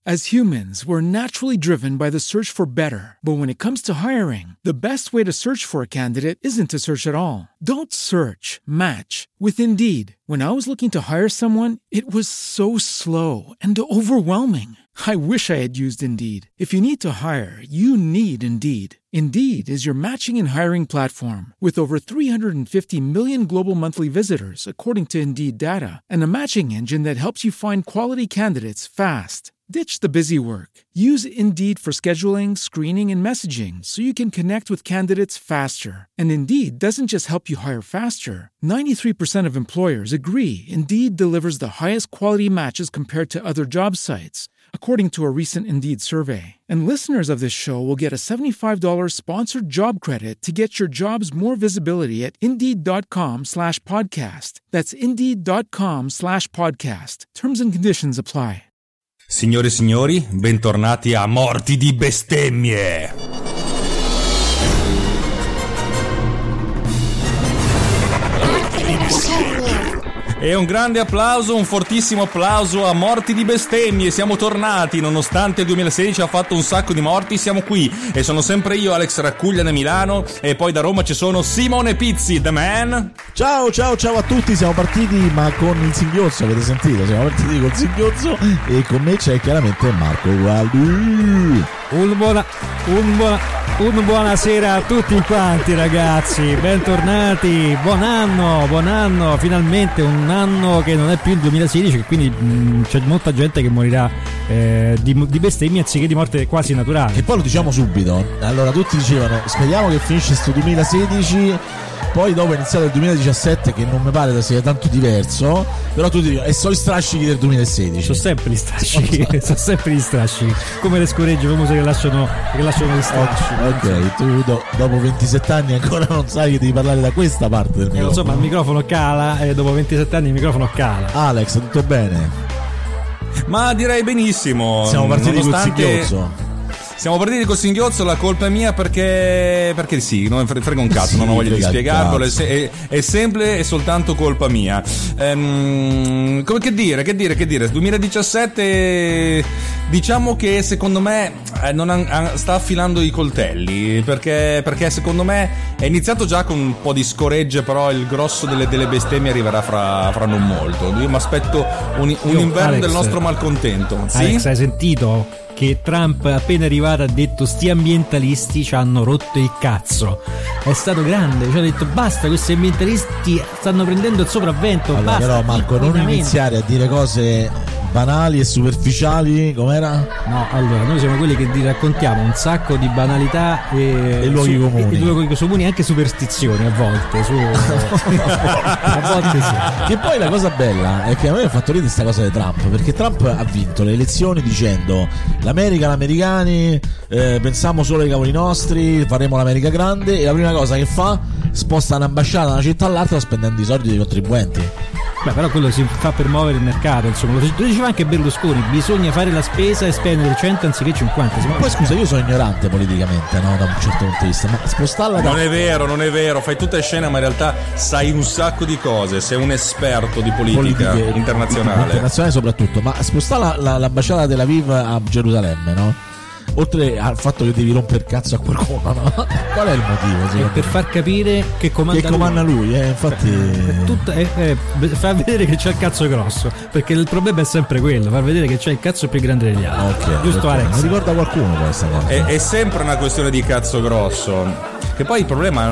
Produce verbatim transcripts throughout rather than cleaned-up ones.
As humans, we're naturally driven by the search for better. But when it comes to hiring, the best way to search for a candidate isn't to search at all. Don't search, match with Indeed. When I was looking to hire someone, it was so slow and overwhelming. I wish I had used Indeed. If you need to hire, you need Indeed. Indeed is your matching and hiring platform with over three hundred fifty million global monthly visitors, according to Indeed data, and a matching engine that helps you find quality candidates fast. Ditch the busy work. Use Indeed for scheduling, screening, and messaging so you can connect with candidates faster. And Indeed doesn't just help you hire faster. ninety-three percent of employers agree Indeed delivers the highest quality matches compared to other job sites, according to a recent Indeed survey. And listeners of this show will get a seventy-five dollars sponsored job credit to get your jobs more visibility at Indeed.com slash podcast. That's Indeed.com slash podcast. Terms and conditions apply. Signore e signori, bentornati a Morti di bestemmie. E un grande applauso, un fortissimo applauso a Morti di bestemmie. Siamo tornati, nonostante il duemilasedici ha fatto un sacco di morti, siamo qui. E sono sempre io, Alex Raccuglia da Milano. E poi da Roma ci sono Simone Pizzi, the man. Ciao, ciao, ciao a tutti. Siamo partiti ma con il singhiozzo, avete sentito? Siamo partiti col singhiozzo. E con me c'è chiaramente Marco Gualdi. Un buona, un buona, un buonasera a tutti quanti, ragazzi, bentornati, buon anno, buon anno, finalmente un anno che non è più il duemilasedici, quindi mh, c'è molta gente che morirà eh, di, di bestemmie anziché di morte quasi naturale. Che poi lo diciamo subito, allora tutti dicevano speriamo che finisce sto duemilasedici. Poi dopo è iniziato il duemiladiciassette, che non mi pare da sia tanto diverso, però tu dici, e sono i strascichi del duemilasedici. Sono sempre gli strascichi, sono sempre gli strascichi, come le scoregge famose che lasciano, che lasciano gli strascichi. Ok, tu do, dopo ventisette anni ancora non sai che devi parlare da questa parte del microfono. Insomma, il microfono cala e dopo ventisette anni il microfono cala. Alex, tutto bene? Ma direi benissimo. Siamo partiti nonostante... col singhiozzo. Siamo partiti col singhiozzo, la colpa è mia perché perché sì, non frega un cazzo, sì, non ho voglia di spiegarvelo, è, è, è sempre e soltanto colpa mia. Ehm, come che dire, che dire, che dire, duemiladiciassette diciamo che secondo me eh, non ha, sta affilando i coltelli, perché perché secondo me è iniziato già con un po' di scoregge, però il grosso delle, delle bestemmie arriverà fra, fra non molto. Io mi aspetto un, un Io, inverno Alex, del nostro malcontento. Alex, sì? Hai sentito che Trump appena arrivato ha detto sti ambientalisti ci hanno rotto il cazzo? È stato grande, cioè ha detto basta, questi ambientalisti stanno prendendo il sopravvento. Allora, basta, però Marco, non iniziare a dire cose banali e superficiali, com'era? No, allora noi siamo quelli che vi raccontiamo un sacco di banalità e, e luoghi su, comuni e, e luoghi comuni e anche superstizioni a volte su, a volte sì. Che poi la cosa bella è che a me ha fatto ridere questa cosa di Trump, perché Trump ha vinto le elezioni dicendo l'America, gli americani eh, pensiamo solo ai cavoli nostri, faremo l'America grande, e la prima cosa che fa sposta un'ambasciata da una città all'altra spendendo i soldi dei contribuenti. Beh, però quello si fa per muovere il mercato, insomma. Lo diceva anche Berlusconi, bisogna fare la spesa e spendere cento anziché cinquanta. Ma poi scusa, io sono ignorante politicamente, no, da un certo punto di vista, ma spostarla da... Non è vero, non è vero, fai tutta scena, ma in realtà sai un sacco di cose, sei un esperto di politica Politiche, internazionale. Internazionale soprattutto, ma spostare la, la, l'ambasciata di Tel Aviv a Gerusalemme, no? Oltre al fatto che devi rompere il cazzo a qualcuno, no? Qual è il motivo? È per far capire che comanda che comanda lui, lui eh, infatti è tutta, è, è, fa vedere che c'è il cazzo grosso, perché il problema è sempre quello, far vedere che c'è il cazzo più grande degli altri. Okay, giusto, okay. Alex? Mi ricorda qualcuno questa cosa. È, è sempre una questione di cazzo grosso, che poi il problema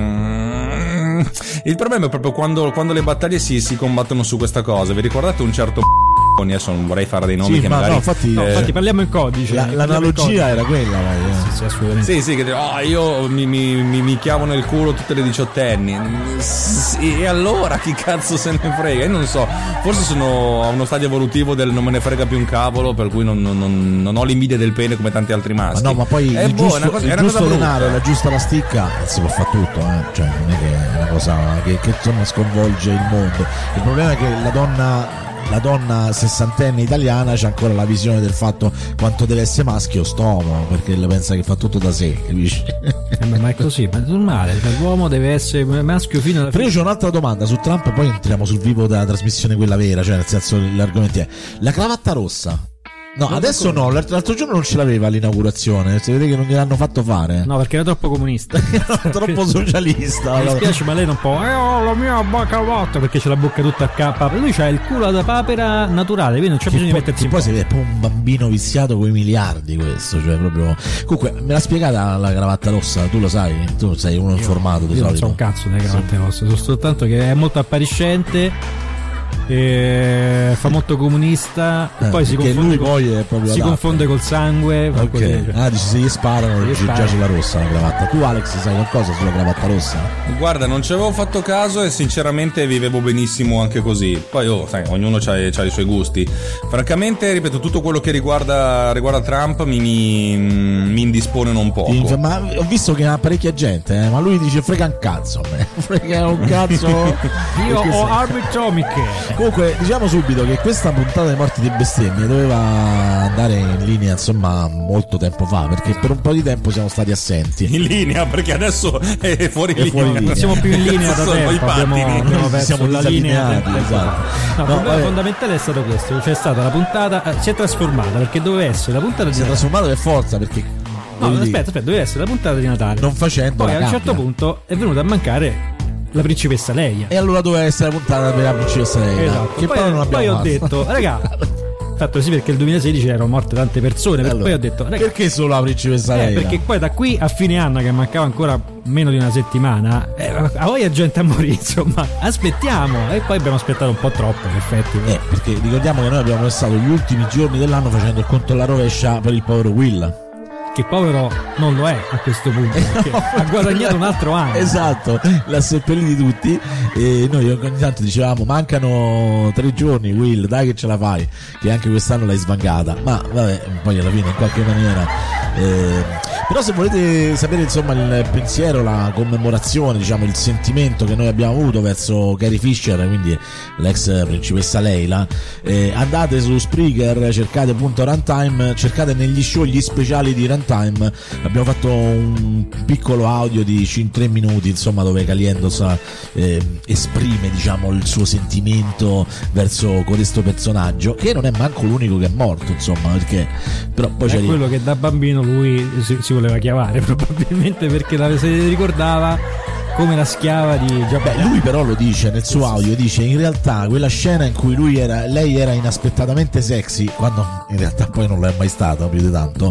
mm, il problema è proprio quando, quando le battaglie si, si combattono su questa cosa. Vi ricordate un certo adesso non vorrei fare dei nomi sì, che ma magari no, infatti, no, eh, infatti parliamo in codice. La, l'analogia era quella, vai, eh. sì, sì, assolutamente. Sì, sì, che oh, io mi, mi, mi, mi chiamo nel culo tutte le diciottenni. Sì, e allora chi cazzo se ne frega? Io non so, forse sono a uno stadio evolutivo del non me ne frega più un cavolo, per cui non, non, non, non ho l'invidia del pene come tanti altri maschi. Ma no, ma poi è il boh, giusto, è una cosa, il è una giusto cosa denaro e la giusta pasticca si può fare tutto, eh? Cioè non è che è una cosa che, che insomma sconvolge il mondo. Il problema è che la donna la donna sessantenne italiana c'ha ancora la visione del fatto quanto deve essere maschio stomo, perché le pensa che fa tutto da sé, capisci? Eh, ma è così, ma è normale, l'uomo deve essere maschio fino alla fine. Però io c'ho un'altra domanda su Trump, poi entriamo sul vivo della trasmissione, quella vera, cioè nel senso l'argomento è la cravatta rossa. No, non adesso no, l'altro giorno non ce l'aveva all'inaugurazione, si vede che non gliel'hanno fatto fare. No, perché era troppo comunista. Troppo socialista. Mi spiace, ma lei non può. Eh, oh, la mia bocca rotta, perché c'è la bocca tutta a capa. Lui c'ha il culo da papera naturale, quindi non c'è bisogno di mettersi in poi si vede un bambino viziato con i miliardi questo, cioè proprio. Comunque, me l'ha spiegata la cravatta rossa, tu lo sai? Tu sei uno informato di io solito. Non so un cazzo delle cravatte rosse, so soltanto che è molto appariscente. E fa molto comunista e eh, poi si confonde, lui col, poi è proprio si adatto. confonde col sangue. Ok, ah, dici se gli sparano gli già sparano. c'è la rossa la cravatta. Tu Alex sai qualcosa sulla cravatta rossa? Guarda, non ci avevo fatto caso e sinceramente vivevo benissimo anche così. Poi oh, sai, ognuno ha i suoi gusti. Francamente, ripeto, tutto quello che riguarda, riguarda Trump mi, mi, mi indisponeno un po'. Ma ho visto che ha parecchia gente, eh, ma lui dice frega un cazzo a me. Frega un cazzo. Io ho armi atomiche. Comunque diciamo subito che questa puntata dei morti di bestemmie doveva andare in linea insomma molto tempo fa, perché per un po' di tempo siamo stati assenti. In linea, perché adesso è fuori è linea. Fuori linea. Non siamo più in linea da tempo, abbiamo, abbiamo perso siamo la linea. Esatto. No, il No, problema vabbè. fondamentale è stato questo, c'è stata la puntata, eh, si è trasformata perché doveva essere la puntata di Si è Natale. trasformato per forza perché No, voglio aspetta, dire, aspetta, doveva essere la puntata di Natale. non facendo Poi la a un certo cambia. punto è venuta a mancare la principessa Leia. E allora doveva essere la puntata per la principessa Leia, Esatto. che poi, poi non abbiamo poi ho fatto. detto, raga, fatto sì perché nel duemilasedici erano morte tante persone, Allora, poi ho detto, raga, perché solo la principessa eh, Leia? perché poi da qui a fine anno, che mancava ancora meno di una settimana, eh, a voi è gente a morire, insomma, aspettiamo. E poi abbiamo aspettato un po' troppo, in effetti. Eh, perché ricordiamo che noi abbiamo passato gli ultimi giorni dell'anno facendo il conto alla rovescia per il povero Will. Che povero non lo è a questo punto, perché ha guadagnato un altro anno. Esatto, l'ha seppelliti tutti e noi ogni tanto dicevamo mancano tre giorni Will, dai che ce la fai, che anche quest'anno l'hai svangata, ma vabbè, poi alla fine in qualche maniera eh, però se volete sapere insomma il pensiero, la commemorazione, diciamo il sentimento che noi abbiamo avuto verso Carrie Fisher, quindi l'ex principessa Leila, eh, andate su Spreaker, cercate punto Runtime, cercate negli show gli speciali di Runtime. Abbiamo fatto un piccolo audio di tre minuti insomma dove Caliendo sa, eh, esprime diciamo il suo sentimento verso questo personaggio, che non è manco l'unico che è morto insomma, perché però poi c'è è quello che da bambino lui si, si voleva chiamare probabilmente, perché la, se ricordava come la schiava di Giappone. Beh, lui però lo dice nel suo audio, dice in realtà quella scena in cui lui era, lei era inaspettatamente sexy, quando in realtà poi non lo è mai stata più di tanto,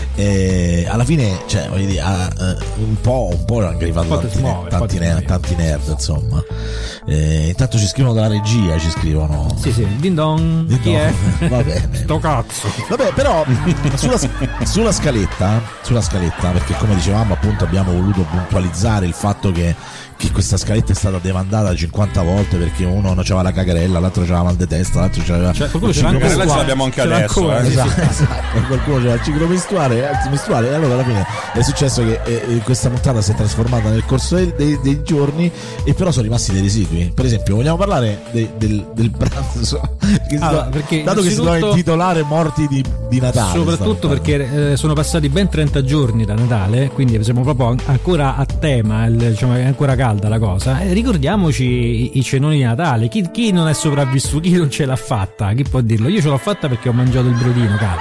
eh, alla fine cioè voglio dire ha, eh, un po' un po' hanno grifato Un po' tanti, ti muove, tanti, un po' ti nerd, muove. tanti nerd insomma, eh, intanto ci scrivono dalla regia, ci scrivono Sì, sì, din don, Din chi don. è? Va bene. Sto cazzo. Vabbè, però sulla, sulla scaletta, sulla scaletta, perché come dicevamo appunto abbiamo voluto puntualizzare il fatto che, che questa scaletta è stata demandata cinquanta volte, perché uno non c'aveva la cagarella, l'altro c'aveva mal di testa, l'altro c'aveva Cioè, qualcuno il ce l'ha ciclo ancora. Quella ce mestruale. l'abbiamo anche Ce l'ha adesso, ancora, eh. sì, sì. Esatto, esatto. Qualcuno c'era il ciclo mestruale, eh, mestruale, e allora alla fine è successo che eh, questa puntata si è trasformata nel corso dei, dei, dei giorni, e però sono rimasti dei residui. Per esempio vogliamo parlare de, del, del pranzo che si Allora, do- perché dato che si doveva innanzitutto- intitolare morti di, di Natale, Soprattutto stavo perché eh, sono passati ben trenta giorni da Natale, quindi siamo proprio an- ancora a tema, il- diciamo, è ancora calda la cosa. Eh, ricordiamoci i, i cenoni di Natale. Chi, chi non è sopravvissuto, chi non ce l'ha fatta, chi può dirlo? Io ce l'ho fatta perché ho mangiato il brodino, caro.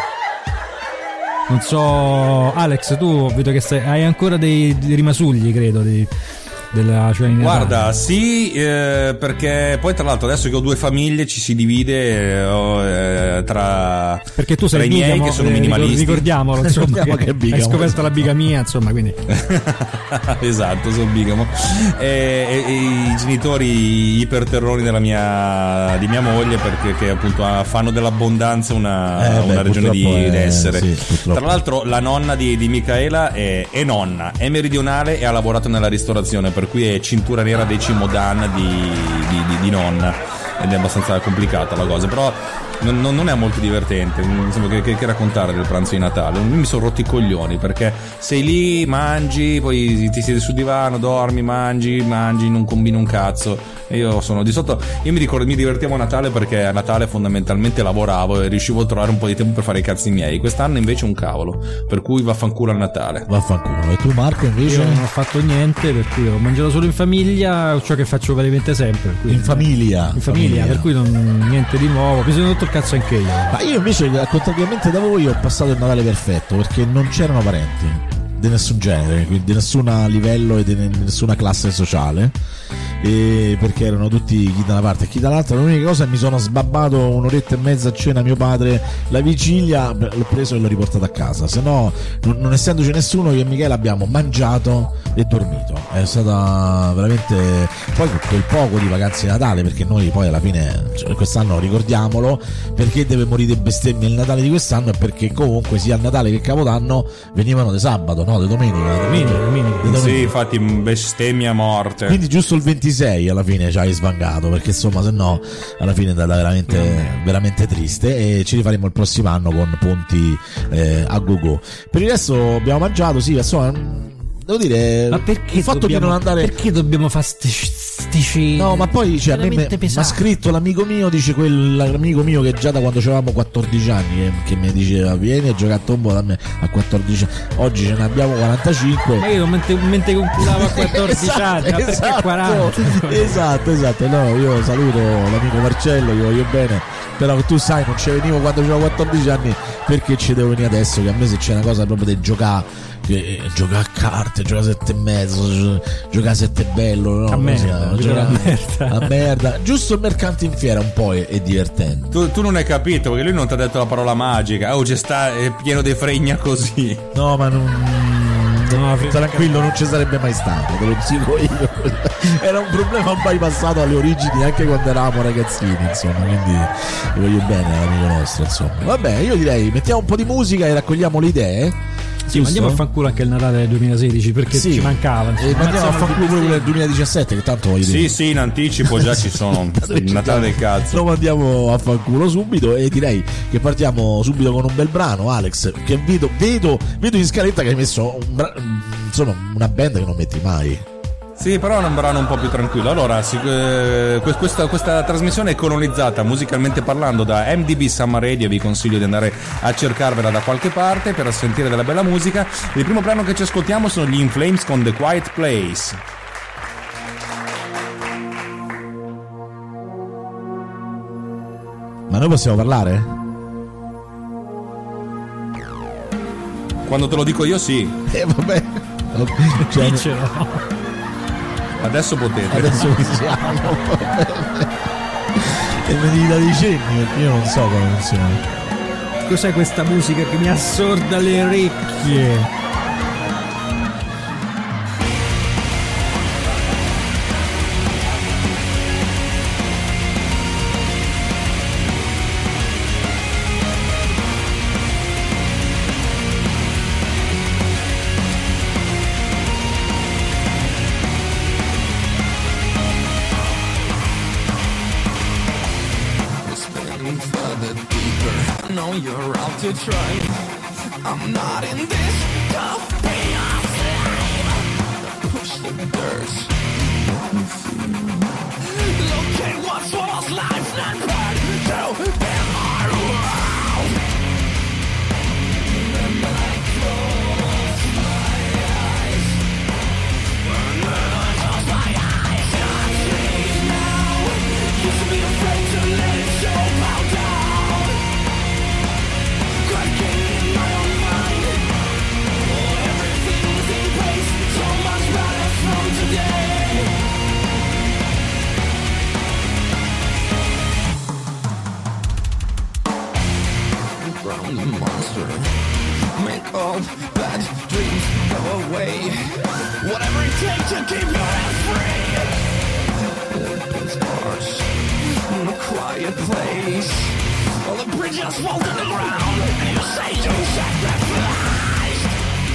Non so, Alex, tu vedo che stai, hai ancora dei, dei rimasugli, credo, di, della cena di Natale. Guarda, sì, eh, perché poi tra l'altro adesso che ho due famiglie ci si divide eh, tra, Perché tu tra sei i miei bigamo, che sono eh, minimalisti. Ricordiamolo, insomma, Ricordiamo che che è bigamo, hai scoperto esatto. la bigamia, insomma, quindi Esatto, sono bigamo. E, e- e i genitori iperterroni della mia, di mia moglie, perché che appunto ah, fanno dell'abbondanza una, Eh, beh, una regione di, purtroppo è- di essere. sì, purtroppo. Tra l'altro la nonna di, di Micaela è, è nonna, è meridionale e ha lavorato nella ristorazione, per cui è cintura nera decimo dan di, di, di, di nonna, ed è abbastanza complicata la cosa, però non, non- non è molto divertente insomma, che, che, che raccontare del pranzo di Natale. Io mi sono rotti i coglioni, perché sei lì, mangi, poi ti siedi sul divano, dormi, mangi, mangi, non combini un cazzo. E io sono di sotto, io mi ricordo, mi divertiamo a Natale perché a Natale fondamentalmente lavoravo e riuscivo a trovare un po' di tempo per fare i cazzi miei. Quest'anno invece un cavolo, per cui vaffanculo a Natale. Vaffanculo. E tu Marco invece? io non ho fatto niente, per cui ho mangiato solo in famiglia, ciò che faccio praticamente sempre. per cui- In famiglia. in famiglia, per cui non, niente di nuovo. Mi sono rotto il cazzo anche io. Ma io invece, contrariamente da voi, ho passato il Natale perfetto perché non c'erano parenti di nessun genere, quindi di nessun livello e di nessuna classe sociale, e perché erano tutti chi da una parte e chi dall'altra. L'unica cosa è che mi sono sbabbato un'oretta e mezza a cena a mio padre la vigilia, l'ho preso e l'ho riportato a casa, se no non, non essendoci nessuno, io e Michele abbiamo mangiato e dormito. È stata veramente, poi quel poco di vacanze di Natale, perché noi poi alla fine, cioè, quest'anno ricordiamolo, perché deve morire bestemmia il Natale di quest'anno, è perché comunque sia il Natale che il Capodanno venivano di sabato, no, di domenica, domenica, domenica. domenica. Sì, infatti bestemmia morte. Quindi giusto il ventisei alla fine ci hai svangato, perché insomma se no alla fine è andata veramente, mm. veramente triste, e ci rifaremo il prossimo anno con ponti eh, a go-go. Per il resto abbiamo mangiato, sì, insomma devo dire, ma perché il fatto dobbiamo, di non andare, perché dobbiamo fare sti, sti cene? No, ma poi cioè, a me mi ha scritto l'amico mio, dice quell'amico mio che già da quando avevamo quattordici anni che, che mi diceva vieni a giocare a tombola da me a quattordici anni, oggi ce ne abbiamo quarantacinque. Ma io mentre, mentre concludavo a quattordici esatto, anni, ma esatto, perché quaranta? Esatto, esatto, no, io saluto l'amico Marcello, gli voglio bene, però tu sai non ci venivo quando avevo quattordici anni, perché ci devo venire adesso, che a me se c'è una cosa proprio di giocare, che gioca a carte, gioca a sette e mezzo, gioca a sette bello, no? A merda, gioca a merda. a merda. Giusto il mercante in fiera un po' è, è divertente. Tu, tu non hai capito, perché lui non ti ha detto la parola magica. Oh, c'è sta è pieno di fregna così. No, ma non, no, tranquillo, non ci sarebbe mai stato, te lo dico io. Era un problema bypassato alle origini anche quando eravamo ragazzini, insomma, quindi vi voglio bene l'amico nostro, insomma. Vabbè, io direi mettiamo un po' di musica e raccogliamo le idee. Sì, ma andiamo a fanculo anche il Natale del duemilasedici, perché sì, ci mancava. E andiamo a fanculo pure del duemiladiciassette, che tanto voglio dire. Sì, sì, in anticipo già ci sono il Natale del cazzo. Lo mandiamo a fanculo subito, e direi che partiamo subito con un bel brano, Alex, che vedo, vedo, vedo in scaletta che hai messo un bra- insomma una band che non metti mai. Sì, però è un brano un po' più tranquillo. Allora, si, eh, questa, questa trasmissione è colonizzata musicalmente parlando da M D B Summer Radio. Vi consiglio di andare a cercarvela da qualche parte per sentire della bella musica. Il primo brano che ci ascoltiamo sono gli In Flames con The Quiet Place. Ma noi possiamo parlare? Quando te lo dico io sì. Eh vabbè, cioè, adesso potete. Adesso iniziamo. E mi devi dare i cenni, perché io non so come funziona. Cos'è questa musica che mi assorda le orecchie? You're out to try. I'm not in this to be a slave. Push the dirt. Look at what's lost, life's not bad. So in my world. And I close my eyes. And then I close my eyes. I see now. Used to be afraid to let it show bow down. In my own mind, oh, everything's in place, so much better from today. Brown monster, make all bad dreams go away. Whatever it takes to keep your head free. It's harsh in a quiet place. All the bridges fall to the ground, and you say you sacrificed.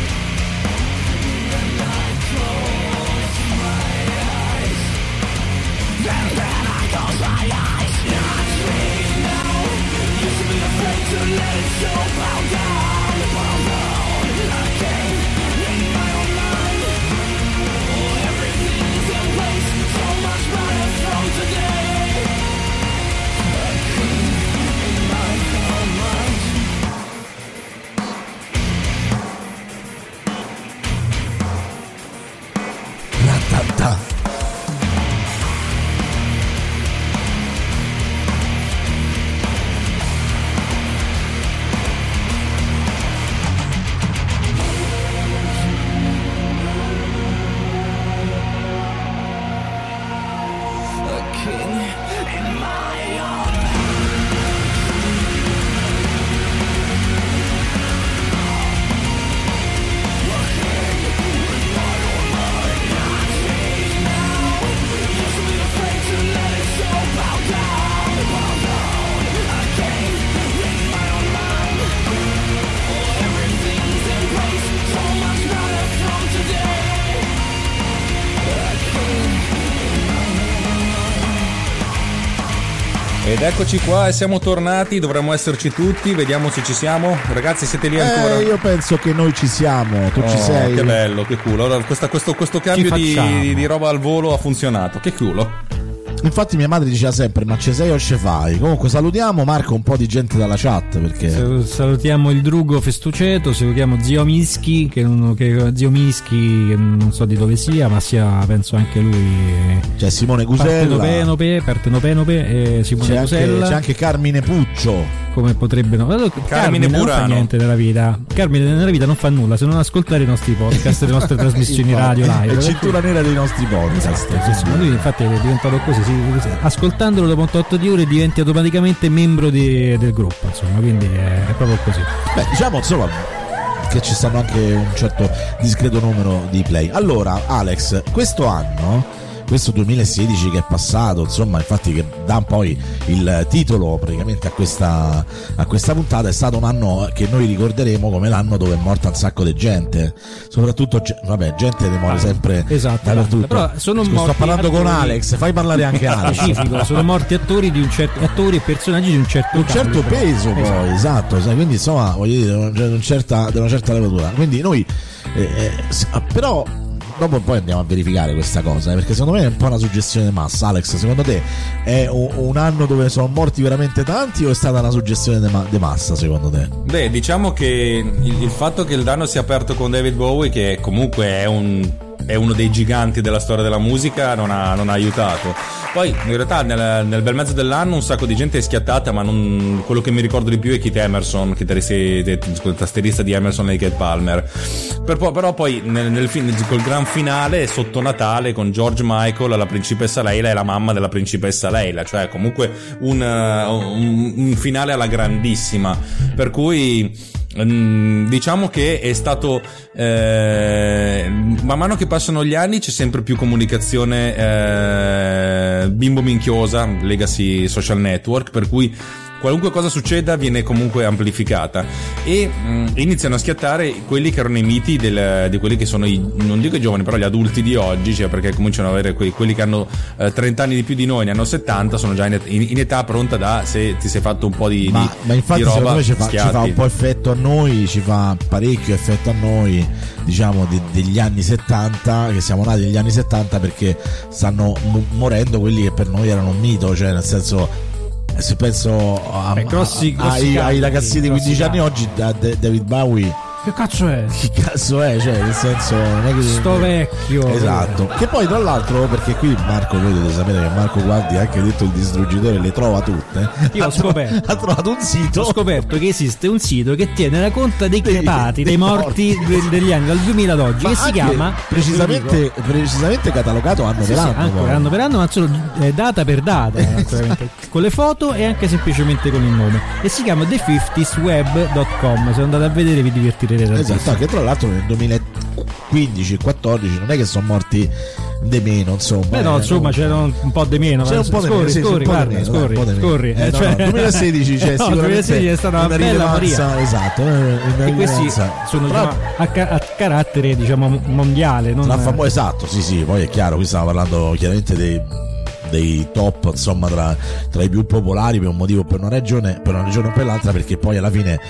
And I close my eyes. Then, then I close my eyes. Not free now. Used to be afraid to let it show bow down. Bow down. I came in my own mind. Oh, everything's in place. So much better from today. I came in my own mind. Ed eccoci qua e siamo tornati, dovremmo esserci tutti, vediamo se ci siamo. Ragazzi, siete lì ancora? Eh, io penso che noi ci siamo, tu oh, ci sei. Che bello, che culo. Allora, questa, questo, questo cambio di, di roba al volo ha funzionato, che culo. Infatti mia madre diceva sempre: ma ci sei o ce fai? Comunque salutiamo, Marco, un po' di gente dalla chat, perché salutiamo il Drugo Festuceto, salutiamo Zio Mischi che, non, che Zio Mischi che non so di dove sia, ma sia penso anche lui, c'è Simone Cusella, Partenopenope, Partenopenope e Simone c'è Cusella, anche, c'è anche Carmine Puccio, come potrebbero. Allora, Carmine, Carmine non fa niente nella vita. Carmine nella vita non fa nulla se non ascoltare i nostri podcast, le nostre trasmissioni radio live. È cintura nera dei nostri podcast. Esatto, sì, sì, lui infatti è diventato così, sì, ascoltandolo dopo otto di ore diventi automaticamente membro di, del gruppo, insomma, quindi è, è proprio così. Beh, diciamo insomma che ci stanno anche un certo discreto numero di play. Allora, Alex, questo anno, questo duemilasedici che è passato, insomma, infatti che dà poi il titolo praticamente a questa, a questa puntata, è stato un anno che noi ricorderemo come l'anno dove è morta un sacco di gente, soprattutto, vabbè, gente ne muore ah, sempre esatto, dappertutto. Però sono Sto morti parlando attori, con Alex, fai parlare anche Alex. Specifico, sono morti attori di un certo attori e personaggi di un certo un certo peso, poi esatto, esatto sai, quindi insomma voglio dire di una certa, di una certa levatura, quindi noi eh, eh, però dopo poi andiamo a verificare questa cosa, eh, perché secondo me è un po' una suggestione di massa. Alex, secondo te è un, un anno dove sono morti veramente tanti o è stata una suggestione di ma- massa secondo te? Beh, diciamo che il, il fatto che il danno sia aperto con David Bowie, che comunque è un è uno dei giganti della storia della musica, non ha, non ha aiutato. Poi in realtà nel, nel bel mezzo dell'anno un sacco di gente è schiattata, ma non, quello che mi ricordo di più è Keith Emerson, chitarrista, tastierista di Emerson e Kate Palmer. Per, però poi nel, nel film, col gran finale sotto Natale con George Michael, la principessa Leila e la mamma della principessa Leila, cioè comunque un, un, un finale alla grandissima, per cui diciamo che è stato eh, man mano che passano gli anni c'è sempre più comunicazione eh, bimbo minchiosa, legacy social network, per cui qualunque cosa succeda viene comunque amplificata e mh, iniziano a schiattare quelli che erano i miti del, di quelli che sono i, non dico i giovani, però gli adulti di oggi, cioè perché cominciano ad avere que, quelli che hanno eh, trenta anni di più di noi, ne hanno settanta, sono già in, in, in età pronta da, se ti sei fatto un po' di, ma, di, ma infatti di roba, secondo me ci fa, ci fa un po' effetto a noi, ci fa parecchio effetto a noi, diciamo di, degli anni settanta, che siamo nati negli anni settanta, perché stanno m- morendo quelli che per noi erano un mito, cioè nel senso, se penso a, Beh, grossi, a, grossi ai, campi, ai ragazzi di quindici anni oggi, da David Bowie, che cazzo è? Che cazzo è? Cioè, nel senso, non è che sto vecchio. Esatto. Che poi tra l'altro, perché qui Marco, voi dovete sapere che Marco Guardi ha anche detto il distruggitore le trova tutte. Io ho scoperto. Ha trovato un sito. Ho scoperto che esiste un sito che tiene la conta dei crepati, dei, dei morti, morti degli anni dal duemila ad oggi, ma che si chiama precisamente, precisamente catalogato anno sì, per sì, anno. Anche anno per anno, ma solo eh, data per data, con le foto e anche semplicemente con il nome. E si chiama the fifties web dot com. Se andate a vedere vi divertirete tantissimo. Esatto, che tra l'altro nel duemilaquindici quattordici non è che sono morti di meno, insomma. Beh no, eh, insomma no. c'era un po' di meno. C'era un po' scorri, di meno, scorri, sì, guarda, meno, scorri, dai, scorri. Eh, cioè... no, no, duemilasedici c'è no, sicuramente duemilasedici è stata una bella Maria. Esatto, una e questi sono Però... diciamo, a, ca- a carattere diciamo mondiale, non famo- esatto, sì sì, poi è chiaro, qui stiamo parlando chiaramente dei dei top, insomma, tra, tra i più popolari, per un motivo, per una ragione, per una ragione o per l'altra, perché poi alla fine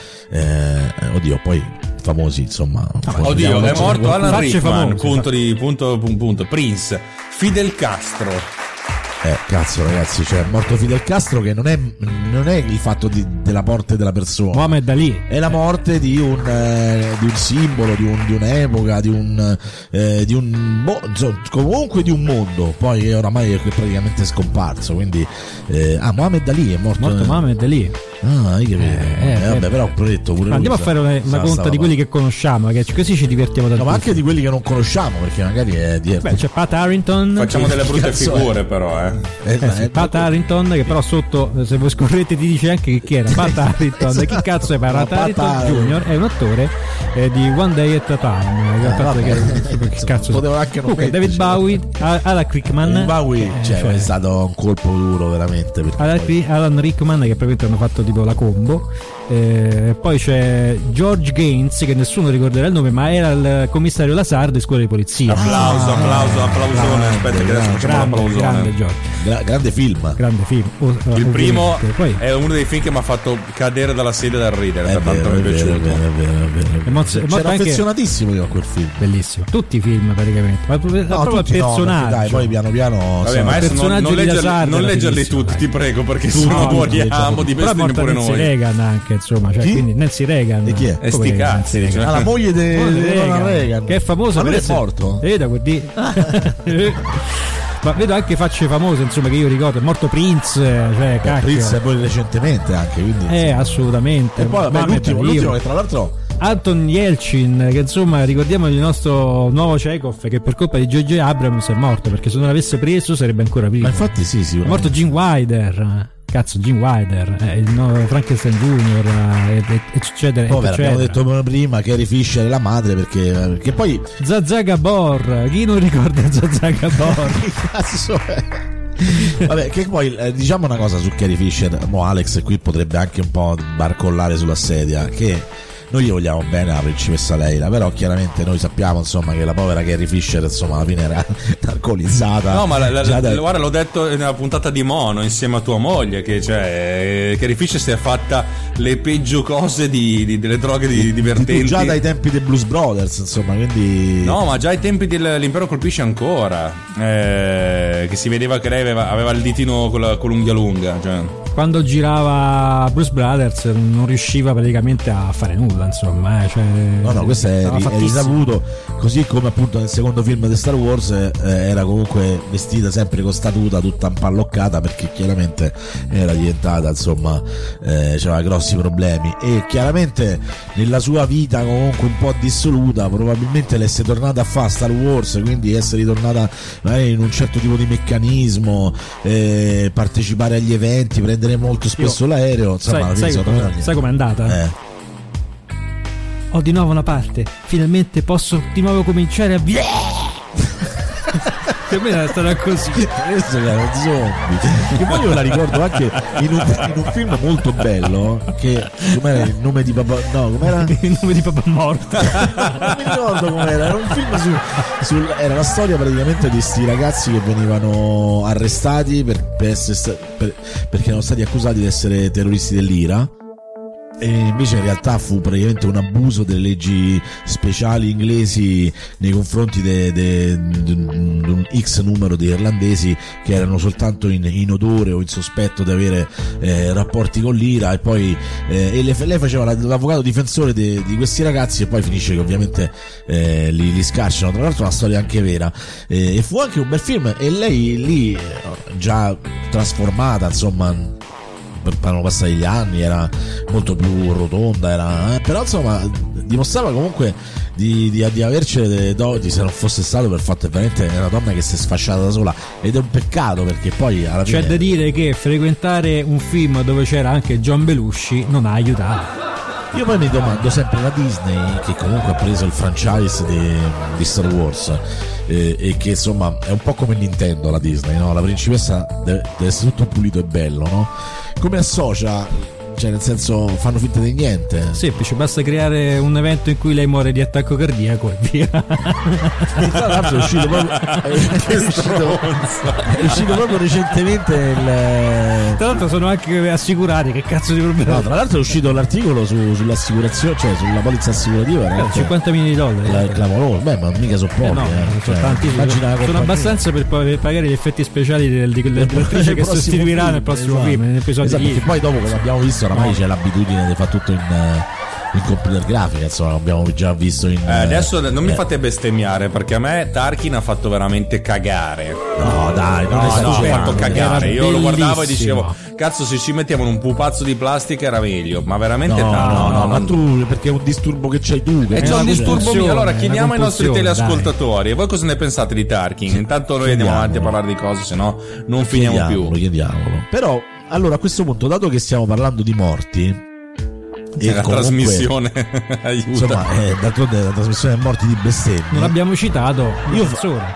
eh, oddio, poi famosi, insomma. Ah, oddio, è morto Alan Rickman, punto di punto, punto, punto Prince, Fidel Castro. Eh, cazzo ragazzi, cioè è morto Fidel Castro, che non è, non è il fatto di, della morte della persona, Muhammad Ali, è la morte di un, eh, di un simbolo, di, un, di un'epoca, di un, eh, di un boh, insomma, comunque di un mondo, poi che oramai è praticamente scomparso, quindi eh, ah, Muhammad Ali è morto, morto Muhammad Ali. Ah, io eh, eh, eh, vabbè, però ho detto pure andiamo a fare una, una conta di quelli che conosciamo, che così ci divertiamo tanto. No, ma anche di quelli che non conosciamo, perché magari è di... Beh, c'è Pat Harrington. Facciamo delle brutte figure, però, eh. Eh, eh sì, Pat Harrington, che però sotto, se voi scorrete, ti dice anche che chi era Pat Harrington. Esatto. Chi cazzo è Pat no, Harrington Junior? È un attore eh, di One Day at a Time. Eh, vabbè, che, che cazzo potevo anche non okay, David Bowie, Alan Rickman. Bowie, eh, cioè, cioè, è stato un colpo duro veramente. Alan, poi... Alan Rickman, che probabilmente hanno fatto tipo la combo. Eh, poi c'è George Gaines, che nessuno ricorderà il nome, ma era il commissario Lasar di scuola di polizia. Applauso, applauso, applausone. Aspetta, che adesso facciamo l'applausone. Grande George. Gra- grande film. Grande film. O, Il primo poi è uno dei film che mi ha fatto cadere dalla sedia dal ridere, È per tanto vero, mi è è vero, piaciuto. è vero, è vero, è vero. è mozz- è molto C'era anche affezionatissimo io a quel film. bellissimo. Tutti i film praticamente, ma proprio, No, proprio tutti il no, personaggio. perché dai, poi piano piano Vabbè, insomma, ma adesso non, personaggio non, di leggerli, Lazardo non era leggerli bellissimo, tutti, dai. ti prego, perché Tu se no, no non moriamo di Però è bestemmi morta pure Nancy noi. Reagan anche, insomma, cioè, Chi? quindi Nancy Reagan. E chi è? E Come sti che Nancy cazzi, Reagan? cioè. ah, la moglie di Oh, di Ronald Reagan, che è famosa ma per lui è essere- morto? Eh, da quel dì. Ma vedo anche facce famose, insomma, che io ricordo. È morto Prince, cioè, Beh, cacchio. Prince è poi recentemente anche, quindi Eh, insomma. assolutamente. E poi vabbè, Mamma l'ultimo, mia, l'ultimo io- che tra l'altro Anton Yelchin, che insomma ricordiamo il nostro nuovo Chekhov, che per colpa di J J Abrams è morto, perché se non l'avesse preso sarebbe ancora vivo. ma infatti sì, sì, È morto Gene Wilder. Cazzo, Gene Wilder, eh, il no, Frankenstein Junior, eh, e- eccetera, poi eccetera. abbiamo detto prima Carrie Fisher è la madre, perché, perché poi Zsa Gabor, chi non ricorda Zsa Gabor? che cazzo è? Vabbè, che poi eh, diciamo una cosa su Carrie Fisher. Mo Alex qui potrebbe anche un po' barcollare sulla sedia, che noi gli vogliamo bene alla principessa Leila, però chiaramente noi sappiamo insomma che la povera Carrie Fisher insomma alla fine era alcolizzata. No, ma la, la, già la, da- guarda, l'ho detto nella puntata di Mono insieme a tua moglie, che cioè Carrie Fisher si è fatta le peggio cose di, di- delle droghe di, di- divertenti. già dai tempi dei Blues Brothers, insomma, quindi No, ma già ai tempi dell'Impero colpisce ancora, eh, che si vedeva che lei aveva, aveva il ditino con, la, con l'unghia lunga, cioè. Quando girava Bruce Brothers non riusciva praticamente a fare nulla, insomma, eh, cioè, No, no, questo è, stava ri- è fattissimo. risaputo, così come appunto nel secondo film di Star Wars eh, era comunque vestita sempre con sta tuta tutta impalloccata, perché chiaramente era diventata insomma eh, aveva grossi problemi, e chiaramente nella sua vita comunque un po' dissoluta probabilmente l'essere tornata a fare Star Wars, quindi essere ritornata magari in un certo tipo di meccanismo, eh, partecipare agli eventi, prendere molto spesso Io- l'aereo, insomma sai, alla fine sai, sono come, tornati- sai com'è andata? eh. Ho di nuovo una parte, finalmente posso di nuovo cominciare a via. Per me era stata così. Questo era uno zombie. Che poi io la ricordo anche in un, in un film molto bello, che com'era il nome di papà, no, com'era? Il nome di papà morto. Non mi ricordo com'era, era un film su, sul, era la storia praticamente di sti ragazzi che venivano arrestati per, per essere sta- per- perché erano stati accusati di essere terroristi dell'Ira, e invece in realtà fu praticamente un abuso delle leggi speciali inglesi nei confronti di un X numero di irlandesi che erano soltanto in, in odore o in sospetto di avere eh, rapporti con l'Ira, e poi eh, e le, lei faceva la- l'avvocato difensore de- di questi ragazzi, e poi finisce che ovviamente eh, li, li scarcerano. Tra l'altro è una storia anche vera, eh, e fu anche un bel film, e lei lì eh, già trasformata insomma, erano passati gli anni, era molto più rotonda, era, eh, però insomma dimostrava comunque di, di, di avercene delle doti, se non fosse stato per il fatto che veramente è una donna che si è sfasciata da sola, ed è un peccato, perché poi alla fine C'è da dire che frequentare un film dove c'era anche John Belushi non ha aiutato. io poi mi domando sempre, la Disney che comunque ha preso il franchise di, di Star Wars, eh, e che insomma è un po' come Nintendo, la Disney, no? La principessa deve, deve essere tutto pulito e bello, no? Come associa, cioè nel senso fanno finta di niente. Semplice, basta creare un evento in cui lei muore di attacco cardiaco e via. E tra l'altro è uscito proprio è uscito, è uscito proprio recentemente il Tra l'altro sono anche assicurati, che cazzo di problema. no, tra l'altro è uscito l'articolo su, sull'assicurazione, cioè sulla polizza assicurativa, Eh, veramente cinquanta milioni di dollari. la- clamoroso. Beh, ma mica sono pochi, Eh no, eh. sono Cioè, tanti, immagina la sono compagnia. abbastanza per, pa- per pagare gli effetti speciali del, di, dell'attrice che prossimo sostituirà film, nel prossimo esatto. film, nell'episodio Esatto, dieci. perché poi dopo, come abbiamo visto, oramai No. c'è l'abitudine di fare tutto in, eh, in computer grafica, insomma, l'abbiamo già visto in Eh, adesso non mi eh, fate bestemmiare, perché a me Tarkin ha fatto veramente cagare. no dai, non No, no, ha esageriamo. fatto cagare. Era Io lo guardavo e bellissimo. dicevo, cazzo, se ci mettevano un pupazzo di plastica era meglio. Ma veramente No, tanto. no, no, ma non- tu perché è un disturbo che c'hai tu, che E È c'è una un disturbo compulsione, mio. Allora è chiediamo una ai nostri compulsione, teleascoltatori. E voi cosa ne pensate di Tarkin? Intanto noi andiamo avanti a parlare di cose, se no non finiamo chiediamolo, più. chiediamolo. Però allora a questo punto, dato che stiamo parlando di morti e E la comunque, trasmissione aiuta. insomma, eh, d'altronde la trasmissione è morti di bestemmie. Non abbiamo citato Io il fa- canzone.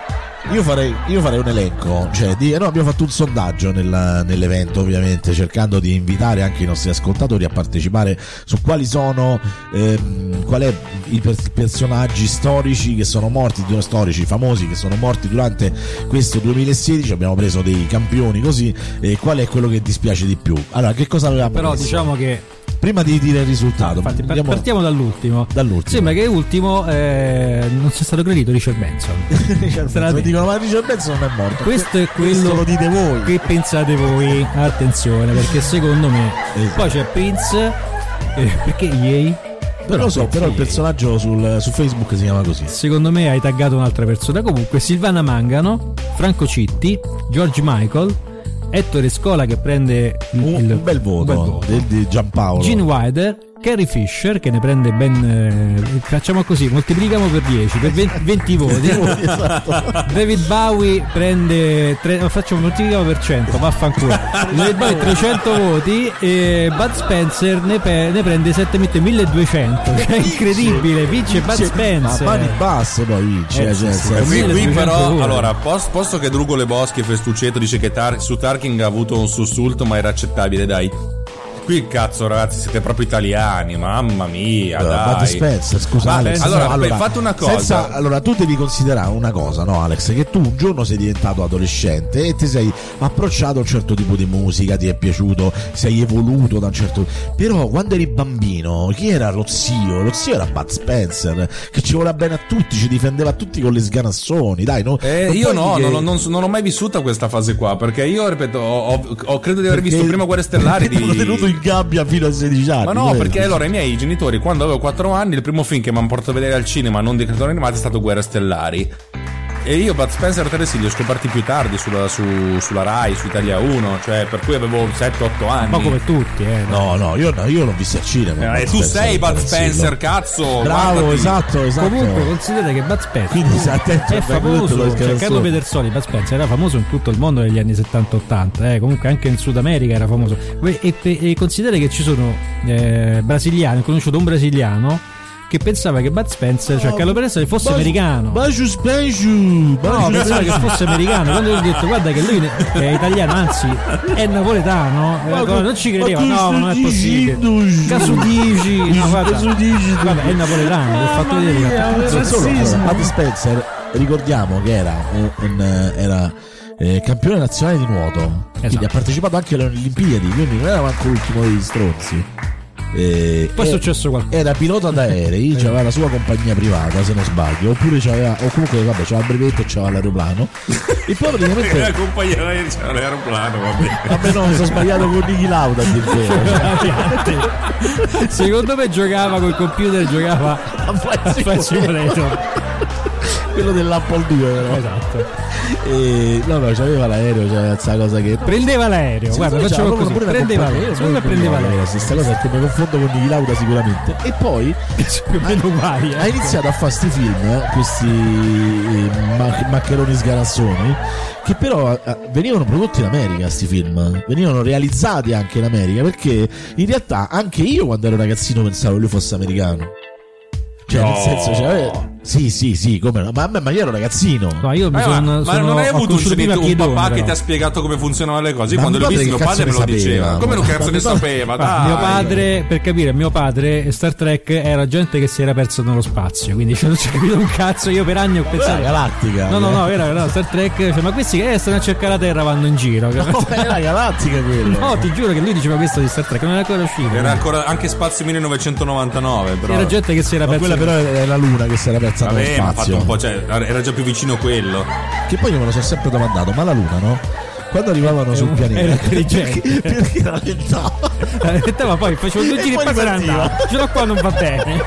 Io farei, io farei un elenco, cioè di, no, abbiamo fatto un sondaggio nel, nell'evento, ovviamente cercando di invitare anche i nostri ascoltatori a partecipare su quali sono ehm, qual è i per- personaggi storici che sono morti, storici famosi che sono morti durante questo duemilasedici. Abbiamo preso dei campioni così, e qual è quello che dispiace di più. Allora, che cosa avevamo Però messo? diciamo che Prima di dire il risultato, infatti, andiamo- partiamo dall'ultimo. dall'ultimo. Sembra che ultimo eh, non sia stato gradito Richard Benson. Richard Sarà- Benson, dicono ma Richard Benson non è morto. Questo è Questo quello lo dite voi. che pensate voi. Attenzione, perché secondo me Esatto. poi c'è Prince, eh, perché yay? Però, lo so, però il personaggio sul, su Facebook si chiama così. Secondo me hai taggato un'altra persona. Comunque Silvana Mangano, Franco Citti, George Michael, Ettore Scola che prende il, Un, il- un bel voto, un bel voto. del- di Giampaolo. Gene Wilder, Carrie Fisher che ne prende ben eh, facciamo così, moltiplichiamo per dieci, per venti, venti voti. Esatto. David Bowie prende tre, no, facciamo moltiplichiamo per cento, vaffanculo. David Bowie trecento voti e Bud Spencer ne, pe- ne prende sette milleduecento, cioè incredibile, vince Bud Cioè, Spencer. ma mani basse poi vince. Eh, cioè, sì, sì, cioè, E qui, qui milleduecento però, voti. allora, post- posto che Drugo Le Boschi e Festuccetto dice che Tar- su Tarkin ha avuto un sussulto, ma era accettabile, dai. Qui cazzo, ragazzi, siete proprio italiani, mamma mia, Bud dai. Spencer, scusa Ma- Alex. allora, no, beh, fate una cosa. senza- allora, tu devi considerare una cosa, no, Alex? Che tu un giorno sei diventato adolescente e ti sei approcciato a un certo tipo di musica, ti è piaciuto, sei evoluto da un certo. Però quando eri bambino, chi era lo zio? Lo zio era Bud Spencer, che ci voleva bene a tutti, ci difendeva a tutti con le sganassoni, dai. No, Eh, non io puoi no, dire- non, non- non ho mai vissuta questa fase qua, perché io, ripeto, ho, ho- ho- credo di aver perché visto prima Guerre Stellari di... l'ho tenuto in gabbia fino a sedici anni. Ma no, quello. perché allora i miei genitori, quando avevo quattro anni, il primo film che mi hanno portato a vedere al cinema, non di cartoni animati, è stato Guerre Stellari. E io Bud Spencer e Teresi li ho scoperti più tardi sulla, su, sulla Rai, su Italia uno, cioè per cui avevo sette otto anni. Un po' come tutti, eh. No, no, io, no, io l'ho visto al cinema. Eh, Bud tu Spencer, sei Bud Terenzillo. Spencer, cazzo! Bravo, guardati. esatto, esatto. Comunque considerate che Bud Spencer Quindi stai attento è al famoso, background dello cioè Carlo sganassone. Pedersoli, Bud Spencer era famoso in tutto il mondo negli anni settanta ottanta, eh. Comunque anche in Sud America era famoso. E, e, e considerate che ci sono eh, brasiliani, ho conosciuto un brasiliano che pensava che Bud Spencer, cioè Carlo Pedersoli fosse Baju- americano. Baju Spencer, No, Baju pensava che Spencer. fosse americano. Quando gli ho detto guarda che lui è italiano, anzi è napoletano, eh, Ma- non ci credeva, ma no, ma non è questo possibile. dici, Caso dici, no, guarda, Caso dici, guarda, è napoletano, l'ho fatto vedere. Non solo, allora, Bud Spencer, ricordiamo che era un, un- era eh, campione nazionale di nuoto, quindi Esatto. ha partecipato anche alle Olimpiadi, quindi non era manco l'ultimo degli stronzi. Eh, Poi è e- successo qualcosa. Era pilota d'aerei, aveva la sua compagnia privata, se non sbaglio, oppure c'aveva, o comunque vabbè, c'aveva il brevetto e c'aveva l'aeroplano. E poi La praticamente compagnia aerea c'era l'aeroplano, vabbè. vabbè no, mi sono sbagliato con Niki Lauda a dir vero. Secondo me giocava col computer, giocava A a Flight Flight Simulator. Simulator. Quello dell'Apple due però. Esatto. E, no no, c'aveva l'aereo, c'aveva questa cosa che Prendeva l'aereo, Sì, guarda, sì, facciamo c'aveva così. proprio una Prendeva compagnia, l'aereo, io secondo me proprio prendeva no, l'aereo. la stessa cosa perché mi confondo con Niki Lauda sicuramente. E poi Più o meno uguali, eh. ha iniziato a fare sti film, eh, questi eh, ma- maccheroni sganassoni, che però eh, venivano prodotti in America, sti film, venivano realizzati anche in America, perché in realtà anche io quando ero ragazzino pensavo che lui fosse americano. Cioè, nel No. senso, cioè, sì, sì, sì, come no, ma, ma io ero ragazzino. No, io mi Eh, sono, ma, ma sono- non hai ho avuto un, conosciuto prima genitore, un Chiedone, papà che però. ti ha spiegato come funzionano le cose? Io Ma quando mio l'ho padre visto, mio che padre me cazzo lo ne diceva. sapeva? Come non Ma- cazzo ne ma- sapeva? Ah, Dai. mio padre, per capire, mio padre Star Trek era gente che si era perso nello spazio, quindi cioè, non ci ho capito un cazzo. Io per anni ho Era pensato galattica. no no no era, era Star Trek, cioè, ma questi che eh, stanno a cercare la terra, vanno in giro. No, era galattica quello. No, ti giuro che lui diceva questo di Star Trek, non era ancora uscito. Era ancora anche Spazio millenovecentonovantanove, però. Era gente che si era Ma persa. quella però è la luna che si era persa nello Vabbè, ma ha fatto spazio. un po', cioè, era già più vicino quello. Che poi io me lo sono sempre domandato, ma la luna, no? Quando arrivavano È sul un- pianeta era intelligente. perché, perché rallentava? Eh, ma poi facevo due E giri e poi poi se ne partiva. andava. Ce l'ho qua, non va bene.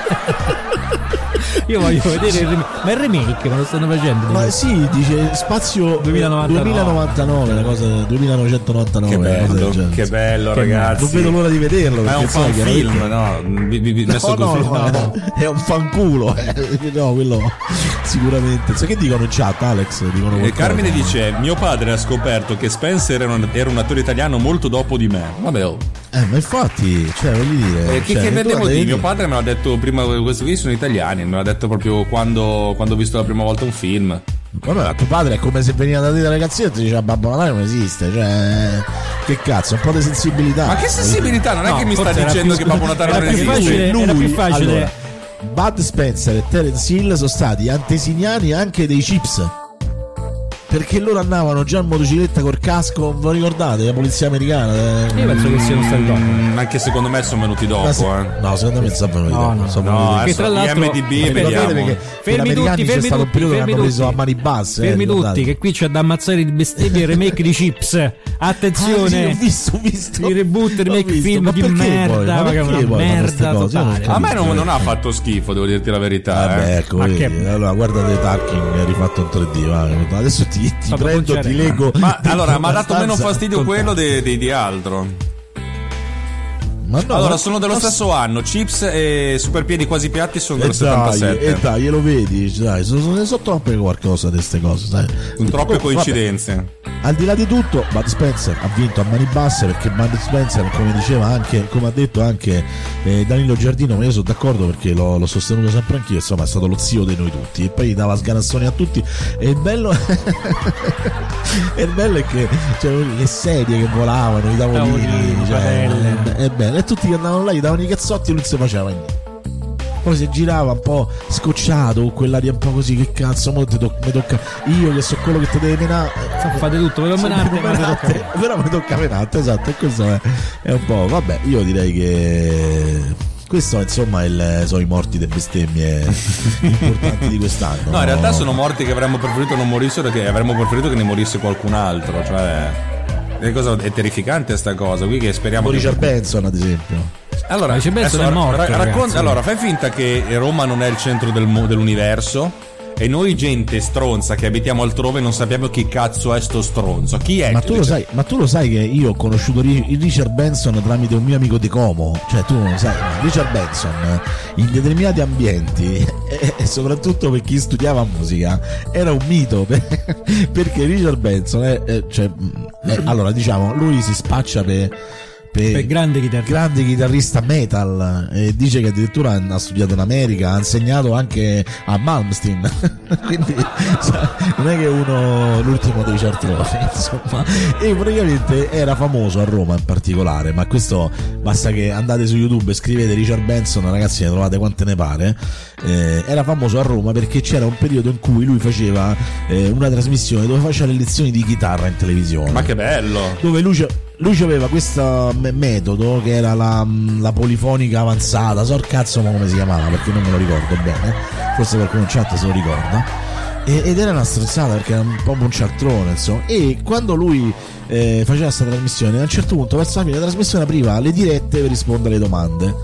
Io voglio vedere il remake. Ma il remake me lo stanno facendo. Ma sì, dice spazio duemilanovantanove. duemilanovantanove, una cosa millenovecentonovantanove. Che una cosa del bello, genere. che bello, Che ragazzi. Non vedo l'ora di vederlo. Ma è perché un sai, fan film, chiaramente- no? Vi- vi- vi- messo No, no, così. no, no, è un fanculo. eh. No, quello sicuramente. Sai che dicono in chat, Alex? Dicono E qualcosa. Carmine dice: mio padre ha scoperto che Spencer era un, era un attore italiano molto dopo di me. Vabbè, oh. Eh, ma infatti, cioè, voglio dire. Eh, che, cioè, che tu vedevo devi- di mio padre me l'ha detto prima. Questi qui sono italiani, me l'ha detto proprio quando, quando ho visto la prima volta un film. Vabbè, tuo padre è come se veniva da te da ragazzino e ti diceva Babbo Natale non esiste, cioè che cazzo, un po' di sensibilità. Ma che sensibilità? Non è No, che mi sta forse era dicendo più- che Babbo Natale era non più esiste. facile- Lui, era più facile. allora, Bud Spencer e Terence Hill sono stati antesignani anche dei Chips, perché loro andavano già in motocicletta col casco, ve lo ricordate? La polizia americana, eh? Io penso che siano stati dopo. Mm, anche secondo me sono venuti dopo, Ma se- eh. no, secondo me sono venuti No, dopo, no, sono no, venuti dopo. Che tra adesso l'altro I M D B, aspetta, vediamo. Perché per Fermi gli americani tutti, c'è fermi stato un tutti, periodo che fermi hanno preso tutti. a mani basse, eh, Fermi ricordate? tutti, che qui c'è da ammazzare di bestemmie il remake di Chips. Attenzione, Ah, sì, ho visto, ho visto. il reboot, il L'ho remake visto. film Ma di perché poi? merda, Ma ma che è perché una poi fanno ste merda cose? Io non totale. A me capisco. non, non ha fatto schifo, devo dirti la verità. Vabbè, eh. ecco, Ma vedi, che- allora guardate Tarkin rifatto in tre D, va. Adesso ti, ti Vabbè, prendo, non c'è- ti leggo. Ma dentro allora, mi ha una dato meno stanza fastidio con- quello di, di, di altro. Ma no, Allora, ma- sono dello ma- stesso anno. Chips e Superpiedi quasi piatti sono E del dai, settantasette. e dai, glielo vedi, dai, sono, sono, sono troppe qualcosa di queste cose, sai. Sono troppe Vabbè, coincidenze. al di là di tutto, Bud Spencer ha vinto a mani basse, perché Bud Spencer, come diceva anche, come ha detto anche eh, Danilo Giardino, ma io sono d'accordo perché l'ho, l'ho sostenuto sempre anch'io, insomma è stato lo zio di noi tutti e poi gli dava sganassoni a tutti e il bello e il bello è che c'erano le sedie che volavano, i tavolini, Tavolini, cioè, padelle. è bello, e tutti che andavano là gli davano i cazzotti e lui non si faceva niente. Poi si girava un po' scocciato con quell'aria un po' così, che cazzo, mo te to- mi tocca io che so quello che ti deve menare. Fate tutto, ve lo menate, ma vi tocca- Però mi tocca menate, esatto, e questo è, è un po', vabbè, io direi che questo insomma è il, sono i morti delle bestemmie importanti di quest'anno. No, in realtà sono morti che avremmo preferito non morissero, che avremmo preferito che ne morisse qualcun altro. Cioè, è, cosa, è terrificante sta cosa. Qui che speriamo che... Richard Benson ad esempio. Allora, Richard Benson adesso è morto, ra- ragazzi. racconta- allora, fai finta che Roma non è il centro del mo- dell'universo. E noi, gente stronza che abitiamo altrove, non sappiamo chi cazzo è sto stronzo. Chi è? Ma tu, lo sai, ma tu lo sai che io ho conosciuto Ri- Richard Benson tramite un mio amico di Como? Cioè tu non lo sai, ma Richard Benson in determinati ambienti e, e soprattutto per chi studiava musica era un mito per- perché Richard Benson è, è- cioè, è- allora diciamo lui si spaccia per Per grande chitarrista. grande chitarrista metal e dice che addirittura ha studiato in America, ha insegnato anche a Malmsteen quindi cioè, non è che uno l'ultimo dei certoni insomma, e praticamente era famoso a Roma in particolare, ma questo basta che andate su YouTube e scrivete Richard Benson, ragazzi, ne trovate quante ne pare. Eh, era famoso a Roma perché c'era un periodo in cui lui faceva eh, una trasmissione dove faceva le lezioni di chitarra in televisione, Ma che bello! dove lui, c'è- lui aveva questo me- metodo che era la, la polifonica avanzata, so il cazzo ma come si chiamava perché non me lo ricordo bene, forse qualcuno in chat se lo ricorda, e- ed era una strozzata perché era un po' un cialtrone insomma. E quando lui eh, faceva questa trasmissione, a un certo punto verso la fine la trasmissione apriva le dirette per rispondere alle domande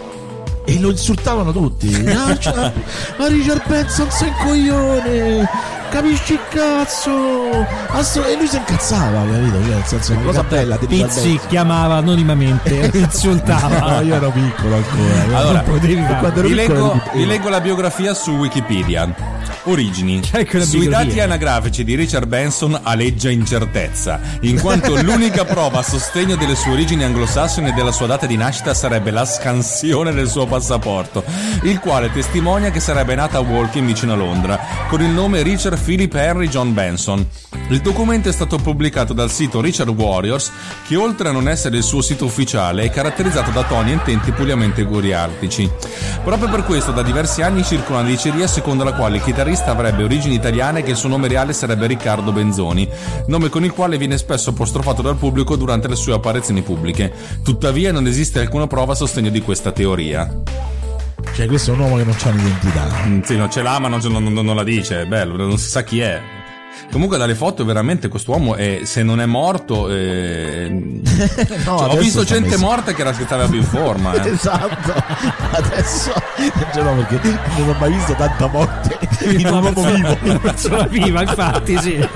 e lo insultavano tutti. Ah, cioè, ma Richard Benson sei un coglione, capisci il cazzo. Astro- e lui si incazzava, capito? Cioè, nel senso, una cosa bella di Richard Pizzi Benson. chiamava anonimamente, insultava. No, io ero piccolo ancora. Allora, non potevi fare. quando ero Vi piccolo leggo, ero- vi leggo la biografia su Wikipedia. Origini. C'è che una Sui biografia. dati anagrafici di Richard Benson aleggia incertezza, in quanto l'unica prova a sostegno delle sue origini anglosassoni e della sua data di nascita sarebbe la scansione del suo passaporto, il quale testimonia che sarebbe nata a Woking vicino a Londra, con il nome Richard Philip Henry John Benson. Il documento è stato pubblicato dal sito Richard Warriors, che oltre a non essere il suo sito ufficiale è caratterizzato da toni e intenti pugliamente goliardici. Proprio per questo da diversi anni circola una diceria secondo la quale il chitarrista avrebbe origini italiane e che il suo nome reale sarebbe Riccardo Benzoni, nome con il quale viene spesso apostrofato dal pubblico durante le sue apparizioni pubbliche. Tuttavia non esiste alcuna prova a sostegno di questa teoria. Cioè, questo è un uomo che non c'ha un'identità. Mm, sì, non ce l'ha ma non, non, non- non la dice, è bello, non si sa chi è. Comunque dalle foto veramente quest'uomo è, se non è morto eh, No, cioè, ho adesso visto sta gente messo- morta che era che stava più in forma eh. Esatto, adesso cioè, no, perché non ho mai visto tanta morte in un uomo vivo. Una persona viva, infatti, sì.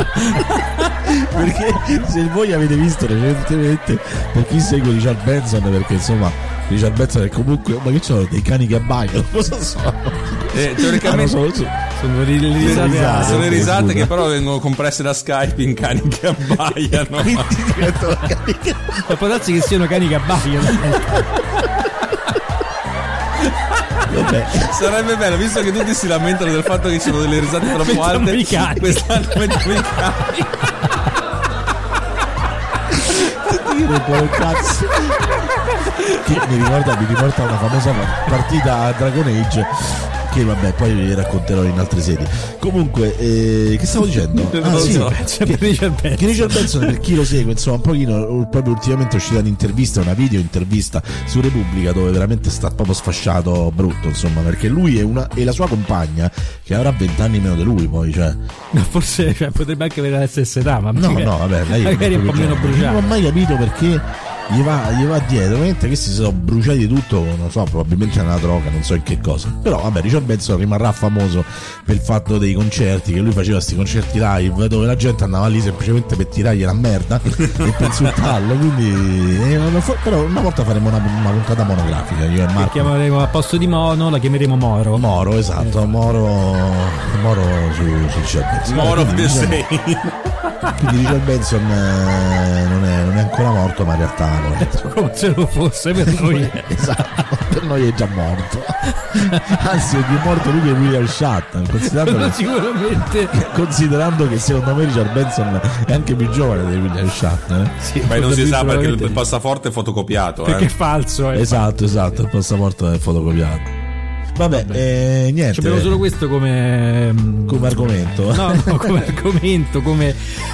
Perché se voi avete visto recentemente, per chi segue Richard Benson, perché insomma Richard Benson è comunque, ma che c'ho dei cani che abbaiano, cosa sono? Eh, Ah, teoricamente non so, so- Sono le Le risate. risate. sono le risate scusa. che però vengono compresse da Skype in cani che abbaiano. quindi diventano cani che Ma può darsi che siano cani che abbaiano. Vabbè. Sarebbe bello, visto che tutti si lamentano del fatto che ci sono delle risate troppo alte. Quest'anno mettiamo i cani. Dire quel cazzo. Che mi ricorda, mi riporta una famosa partita a Dragon Age. Che vabbè, poi vi racconterò in altre sedi. Comunque, eh, che stavo dicendo? Ah, sì, so, che, Richard che Richard Benson, per chi lo segue, insomma, un pochino, proprio ultimamente è uscita un'intervista, una video intervista su Repubblica, dove veramente sta proprio sfasciato brutto, insomma, perché lui è una, e la sua compagna, che avrà vent'anni meno di lui, poi, cioè. No, forse cioè, potrebbe anche avere la stessa età, ma no, magari, no, vabbè, lei magari è un po' meno bruciata. Non ho mai capito perché. Gli va, gli va dietro, ovviamente questi si sono bruciati di tutto, non so, probabilmente nella droga, non so in che cosa. Però vabbè, Richard Benson rimarrà famoso per il fatto dei concerti, che lui faceva questi concerti live dove la gente andava lì semplicemente per tirargli la merda e per insultarlo. Quindi eh, però una volta faremo una, una puntata monografica, io e Marco. La chiameremo a posto di Mono, la chiameremo Moro. Moro, esatto, Moro Moro su, su Richard Benson. Moro quindi, the diciamo, same. quindi Richard Benson eh, non, è, non è ancora morto, ma in realtà come se lo fosse per noi. Esatto, per noi è già morto. Anzi è più morto lui che William Shatner, considerando no, che, sicuramente considerando che secondo me Richard Benson è anche più giovane di William Shatner. Sì, Beh, non si sa perché il sicuramente passaforte è fotocopiato, perché eh. è falso eh. Esatto, esatto, il passaporto è fotocopiato. Vabbè, Vabbè. Eh, niente. Abbiamo solo questo come come argomento. No, no, come argomento, come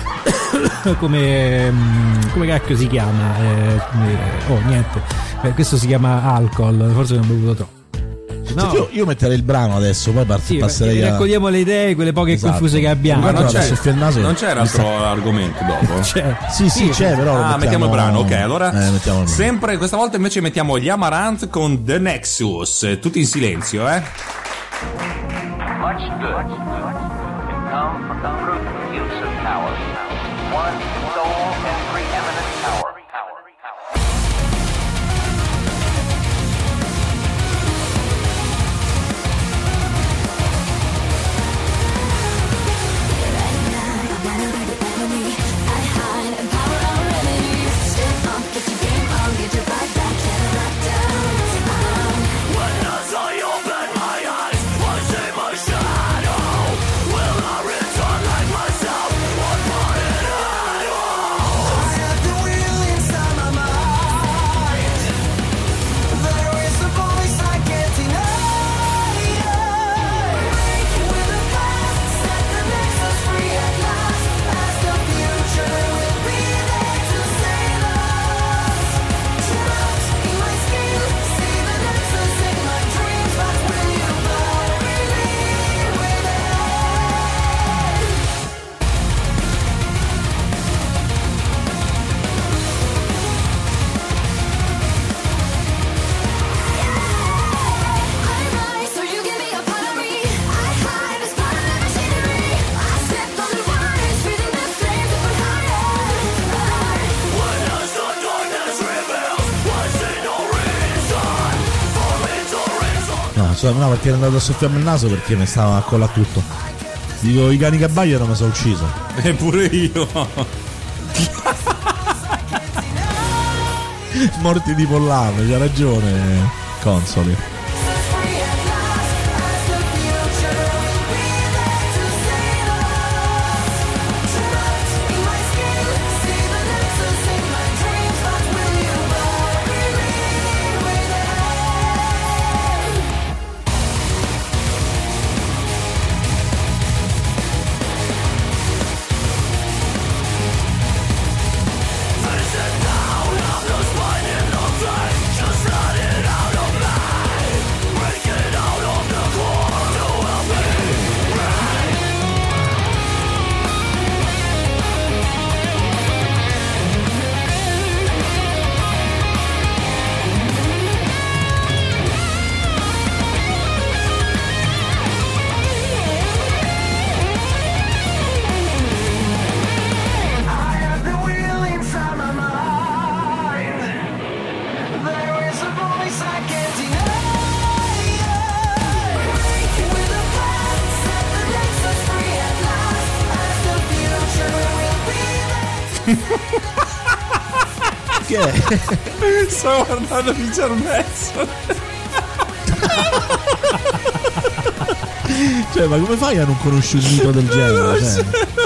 come come cacchio si chiama? Eh, oh, niente. Eh, questo si chiama alcol, forse ne ho bevuto troppo. No. Io, io metterei il brano adesso, poi part- sì, passerei a... raccogliamo le idee, quelle poche Esatto. confuse che abbiamo. Ma non Guarda, c'è, soffia il naso, non c'era mi altro sta- argomento dopo? C'è. Sì, sì, c'è, però. Ah, mettiamo il brano, ok. Allora, eh, mettiamo il brano. sempre questa volta invece mettiamo gli Amaranth con The Nexus. Tutti in silenzio, eh. Much good can come from the prudent use of power. One sole and preeminent power. Power. Power. No, perché ero andato a soffiarmi il naso perché mi stava a colla tutto. Dico, i cani che abbaiano mi sono ucciso. E pure io. Morti di pollame, c'ha ragione Consoli. Che è? Sto guardando Richard Benson. Cioè, ma come fai a non conoscere un mito del genere? Cioè?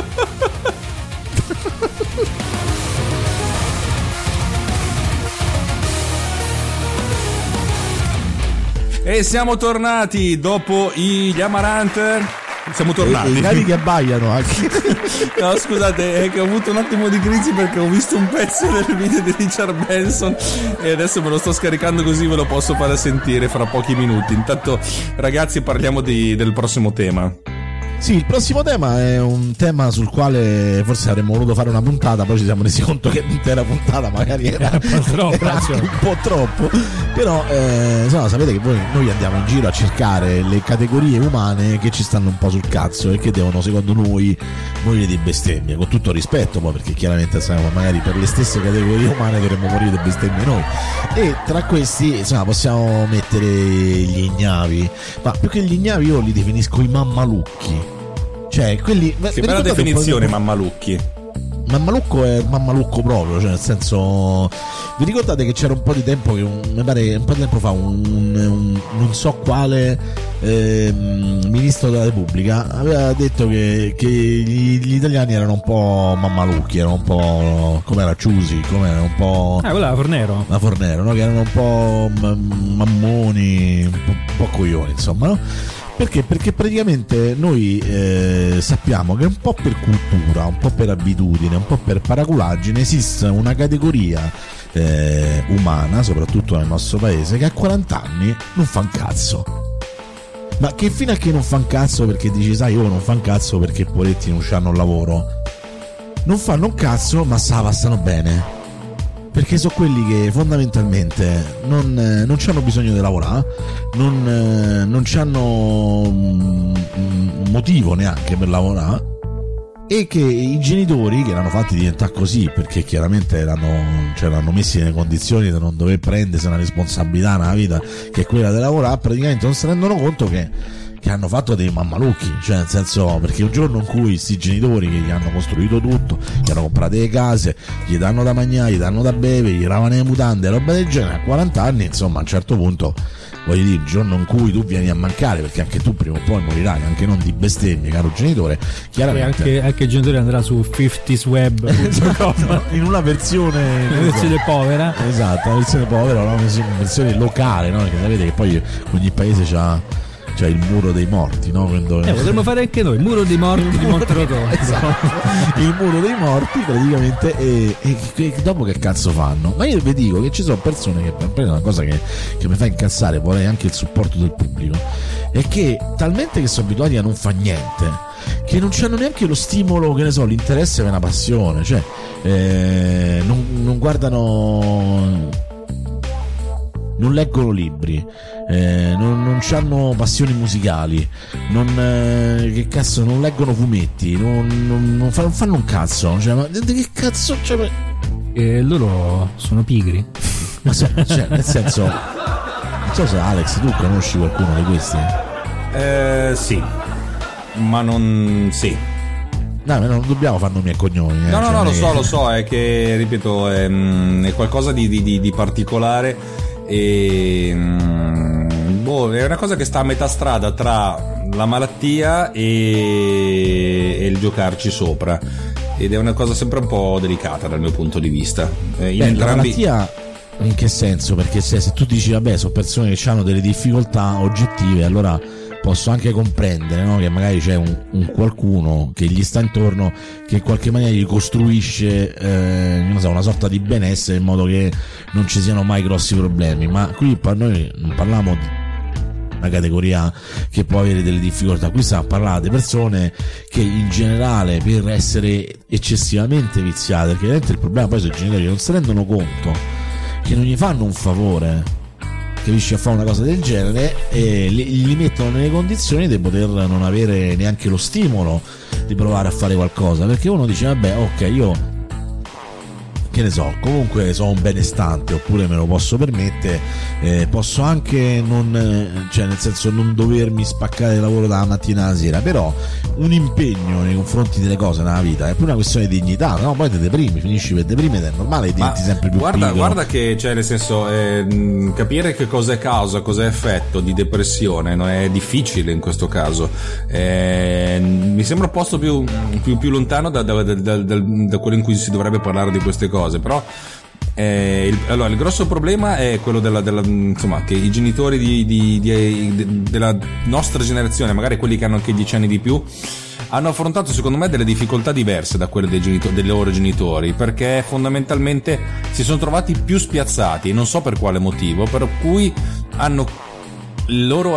E siamo tornati dopo gli Amaranth. Siamo tornati. I cani che abbaiano anche. No, scusate, è che ho avuto un attimo di crisi perché ho visto un pezzo del video di Richard Benson e adesso me lo sto scaricando così ve lo posso fare sentire fra pochi minuti. Intanto, ragazzi, parliamo di, del prossimo tema. Sì, il prossimo tema è un tema sul quale forse avremmo voluto fare una puntata, poi ci siamo resi conto che l'intera puntata magari era, un po' troppo, era un po' troppo. Però eh, insomma, sapete che voi, noi andiamo in giro a cercare le categorie umane che ci stanno un po' sul cazzo e che devono, secondo noi, morire di bestemmie, con tutto rispetto poi, perché chiaramente sappiamo, magari per le stesse categorie umane dovremmo morire di bestemmie noi. E tra questi, insomma, possiamo mettere gli ignavi, ma più che gli ignavi io li definisco i mammalucchi. Cioè, quelli. Che bella definizione, mammalucchi. Mammalucco è mammalucco proprio, cioè nel senso. Vi ricordate che c'era un po' di tempo che un, mi pare un po' di tempo fa un, un non so quale eh, ministro della Repubblica aveva detto che, che gli, gli italiani erano un po' mammalucchi, erano un po' come era Ciusi, come era un po'. Ah, quella era Fornero. La Fornero, no? Che erano un po' mammoni, un po', un po' coglioni, insomma, no? Perché? Perché praticamente noi eh, sappiamo che un po' per cultura, un po' per abitudine, un po' per paraculaggine esiste una categoria eh, umana, soprattutto nel nostro paese, che a quaranta anni non fa un cazzo. Ma che fino a che non fa un cazzo perché dici, sai, io non fa un cazzo perché poveretti non c'hanno lavoro. Non fanno un cazzo, ma sa, passano bene. Perché sono quelli che fondamentalmente non, eh, non c'hanno bisogno di lavorare, non, eh, non c'hanno un motivo neanche per lavorare, e che i genitori che l'hanno fatti diventare così perché chiaramente erano, cioè, l'hanno messi nelle condizioni di non dover prendersi una responsabilità nella vita che è quella di lavorare, praticamente non si rendono conto che che hanno fatto dei mammalucchi, cioè nel senso, perché un giorno in cui sti genitori che gli hanno costruito tutto, gli hanno comprato le case, gli danno da mangiare, gli danno da bere, gli lavano le mutande, roba del genere, a quaranta anni, insomma, a un certo punto, voglio dire, il giorno in cui tu vieni a mancare, perché anche tu prima o poi morirai, anche non di bestemmie, caro genitore, chiaramente. E anche, anche il genitore andrà su fifties web in una versione una versione povera, esatto, una versione povera, una versione locale, no? Perché sapete che poi ogni paese c'ha cioè il muro dei morti, no? Quando... Eh, potremmo fare anche noi il muro dei morti di Monterotondo. Esatto. Il muro dei morti praticamente, e, e, e dopo che cazzo fanno? Ma io vi dico che ci sono persone che, per una cosa che, che mi fa incazzare, vorrei anche il supporto del pubblico, è che talmente che sono abituati a non fa niente che non c'hanno neanche lo stimolo, che ne so, l'interesse per una passione, cioè eh, non, non guardano, non leggono libri, eh, non, non hanno passioni musicali, non, eh, che cazzo, non leggono fumetti, non, non, non, fa, non fanno un cazzo, cioè, ma che cazzo, cioè, e loro sono pigri. ma so, cioè, nel senso, non so se Alex tu conosci qualcuno di questi? Eh, sì, ma non sì. No, non dobbiamo fare nomi e cognomi. Eh, no, no, cioè, no, lo che... so, lo so, è che, ripeto, è, è qualcosa di, di, di particolare. E boh, è una cosa che sta a metà strada tra la malattia e, e il giocarci sopra, ed è una cosa sempre un po' delicata dal mio punto di vista. In Beh, entrambi... la malattia in che senso? Perché se, se tu dici vabbè sono persone che hanno delle difficoltà oggettive, allora posso anche comprendere, no? Che magari c'è un, un qualcuno che gli sta intorno che in qualche maniera gli costruisce eh, non so, una sorta di benessere in modo che non ci siano mai grossi problemi. Ma qui per noi non parliamo di una categoria che può avere delle difficoltà, qui stiamo parlando di persone che in generale, per essere eccessivamente viziate, perché veramente il problema poi sono i genitori che non si rendono conto che non gli fanno un favore che riesce a fare una cosa del genere, e li, li mettono nelle condizioni di poter non avere neanche lo stimolo di provare a fare qualcosa, perché uno dice vabbè, ok, io che che ne so, comunque sono un benestante oppure me lo posso permettere, eh, posso anche non, eh, cioè nel senso non dovermi spaccare il lavoro dalla mattina alla sera, però un impegno nei confronti delle cose nella vita è pure una questione di dignità, no? Poi ti deprimi, finisci per deprimere, è normale che diventi sempre più guarda, piccolo. guarda che cioè nel senso eh, capire che cosa è causa, cosa è effetto di depressione non è difficile in questo caso, eh, mi sembra un posto più, più, più lontano da, da, da, da, da quello in cui si dovrebbe parlare di queste cose, però eh, il, allora il grosso problema è quello della, della insomma che i genitori di, di, di, di, della nostra generazione, magari quelli che hanno anche dieci anni di più, hanno affrontato secondo me delle difficoltà diverse da quelle dei, genitori, dei loro genitori, perché fondamentalmente si sono trovati più spiazzati, non so per quale motivo, per cui hanno il loro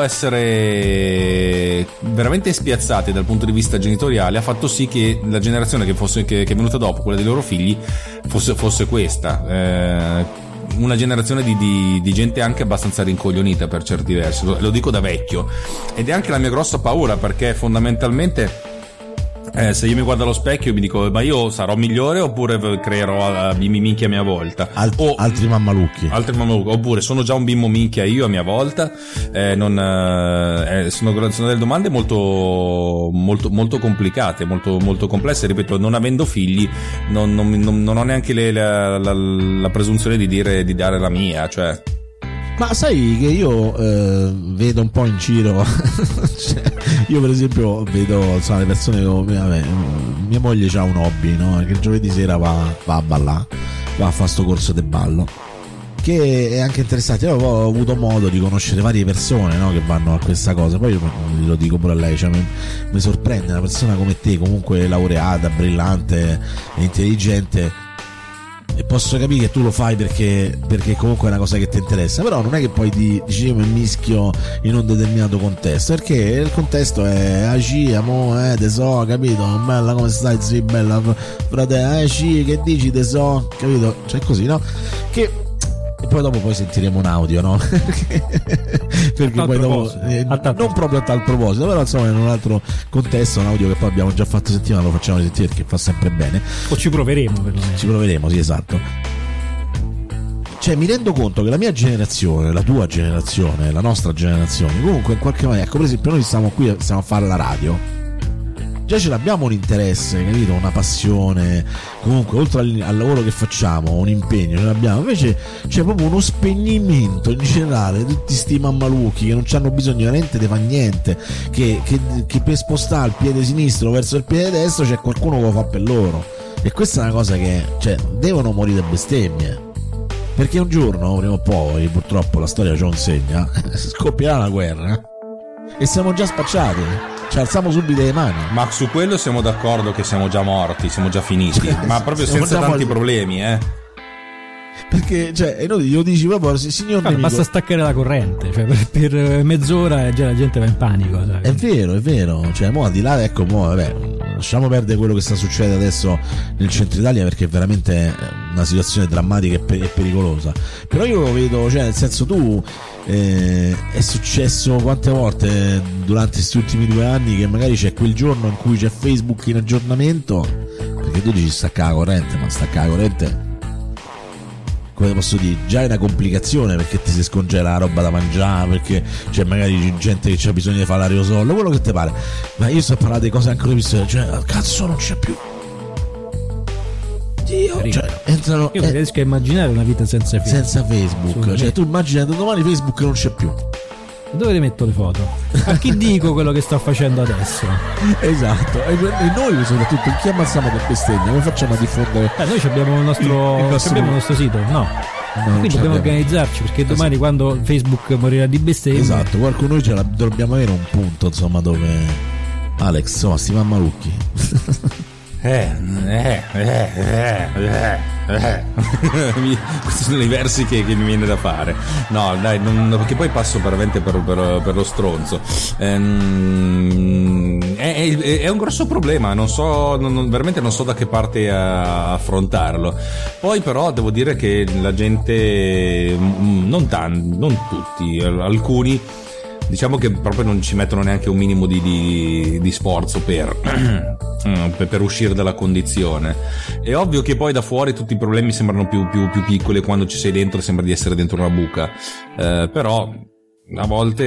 essere veramente spiazzati dal punto di vista genitoriale ha fatto sì che la generazione che, fosse, che, che è venuta dopo, quella dei loro figli, fosse, fosse questa, eh, una generazione di, di, di gente anche abbastanza rincoglionita per certi versi, lo, lo dico da vecchio, ed è anche la mia grossa paura, perché fondamentalmente Eh, se io mi guardo allo specchio e mi dico ma io sarò migliore oppure creerò uh, bimbi minchia a mia volta, Alt- o altri mammalucchi altri mammalucchi, oppure sono già un bimbo minchia io a mia volta, eh, non, eh, sono, sono delle domande molto molto molto complicate, molto molto complesse, ripeto, non avendo figli non, non, non, non ho neanche le, la, la, la presunzione di dire di dare la mia, cioè. Ma sai che io eh, vedo un po' in giro cioè, io per esempio vedo insomma, le persone come vabbè, mia moglie ha un hobby, no? Che il giovedì sera va, va a ballare, va a fare sto corso di ballo, che è anche interessante. Io ho avuto modo di conoscere varie persone, no? Che vanno a questa cosa, poi io lo dico pure a lei, cioè, mi, mi sorprende una persona come te, comunque laureata, brillante e intelligente, e posso capire che tu lo fai perché, perché comunque è una cosa che ti interessa, però non è che poi ti, dici io mi mischio in un determinato contesto, perché il contesto è aci, amo, eh, te so, capito, bella come stai, sì, bella fratello, eh, ci, che dici, te so, capito, cioè così, no? Che e poi dopo poi sentiremo un audio, no? perché perché poi dopo eh, non proprio a tal proposito, però insomma in un altro contesto, un audio che poi abbiamo già fatto sentire, ma lo facciamo sentire perché fa sempre bene, o ci proveremo perlomeno. ci proveremo, sì, esatto. Cioè mi rendo conto che la mia generazione, la tua generazione, la nostra generazione, comunque in qualche maniera, ecco, per esempio noi stiamo qui, stiamo a fare la radio, già ce l'abbiamo un interesse, capito? Una passione, comunque oltre al, al lavoro che facciamo, un impegno ce l'abbiamo, invece c'è proprio uno spegnimento in generale, tutti sti mammalucchi che non hanno bisogno veramente di fare niente, che, che, che per spostare il piede sinistro verso il piede destro c'è qualcuno che lo fa per loro, e questa è una cosa che, cioè, devono morire a bestemmie, perché un giorno, prima o poi, purtroppo la storia ce lo insegna, scoppierà una guerra e siamo già spacciati, ci alziamo subito le mani. Ma su quello siamo d'accordo che siamo già morti, siamo già finiti, ma proprio siamo senza tanti morti. problemi, eh. Perché, cioè, e noi glielo dici proprio, signor Guarda, nemico. basta staccare la corrente, cioè per, per mezz'ora e già la gente va in panico, sai? È vero, è vero, cioè, mo al di là, ecco, mo, vabbè, lasciamo perdere quello che sta succedendo adesso nel centro Italia, perché è veramente una situazione drammatica e, per- e pericolosa. Però io lo vedo, cioè, nel senso, tu eh, è successo quante volte durante questi ultimi due anni che magari c'è quel giorno in cui c'è Facebook in aggiornamento, perché tu dici stacca la corrente, ma stacca la corrente, come posso dire, già è una complicazione, perché ti si scongela la roba da mangiare, perché c'è magari gente che c'ha bisogno di fare l'aerosol, quello che ti pare, ma io sto a parlare di cose ancora più serie, cioè cazzo non c'è più Dio, cioè, entrano, Io eh, riesco a immaginare una vita senza Facebook. senza Facebook, cioè tu immagina da domani Facebook non c'è più. Dove le metto le foto? A chi dico quello che sto facendo adesso? Esatto, e e noi soprattutto in chi ammazziamo per bestemmia, come facciamo a diffondere? Eh, noi abbiamo il nostro, Il nostro- abbiamo il nostro sito, no? No, non Quindi ce dobbiamo l'abbiamo. organizzarci, perché domani quando Facebook morirà di bestemmie, Esatto, qualcuno noi ce la dobbiamo avere un punto, insomma, dove Alex, insomma, sti mammalucchi. Eh, eh, eh, eh, eh, eh. Mi- Questi sono i versi che, che mi viene da fare. No, dai, non, perché poi passo veramente per, per, per lo stronzo. Ehm, è, è- è un grosso problema, non so, non- non- veramente non so da che parte a- affrontarlo. Poi però devo dire che la gente, mm, non tanti, non tutti, alcuni, diciamo che proprio non ci mettono neanche un minimo di, di, di sforzo per per, per uscire dalla condizione. È ovvio che poi da fuori tutti i problemi sembrano più, più, più piccoli, e quando ci sei dentro sembra di essere dentro una buca, eh, però a volte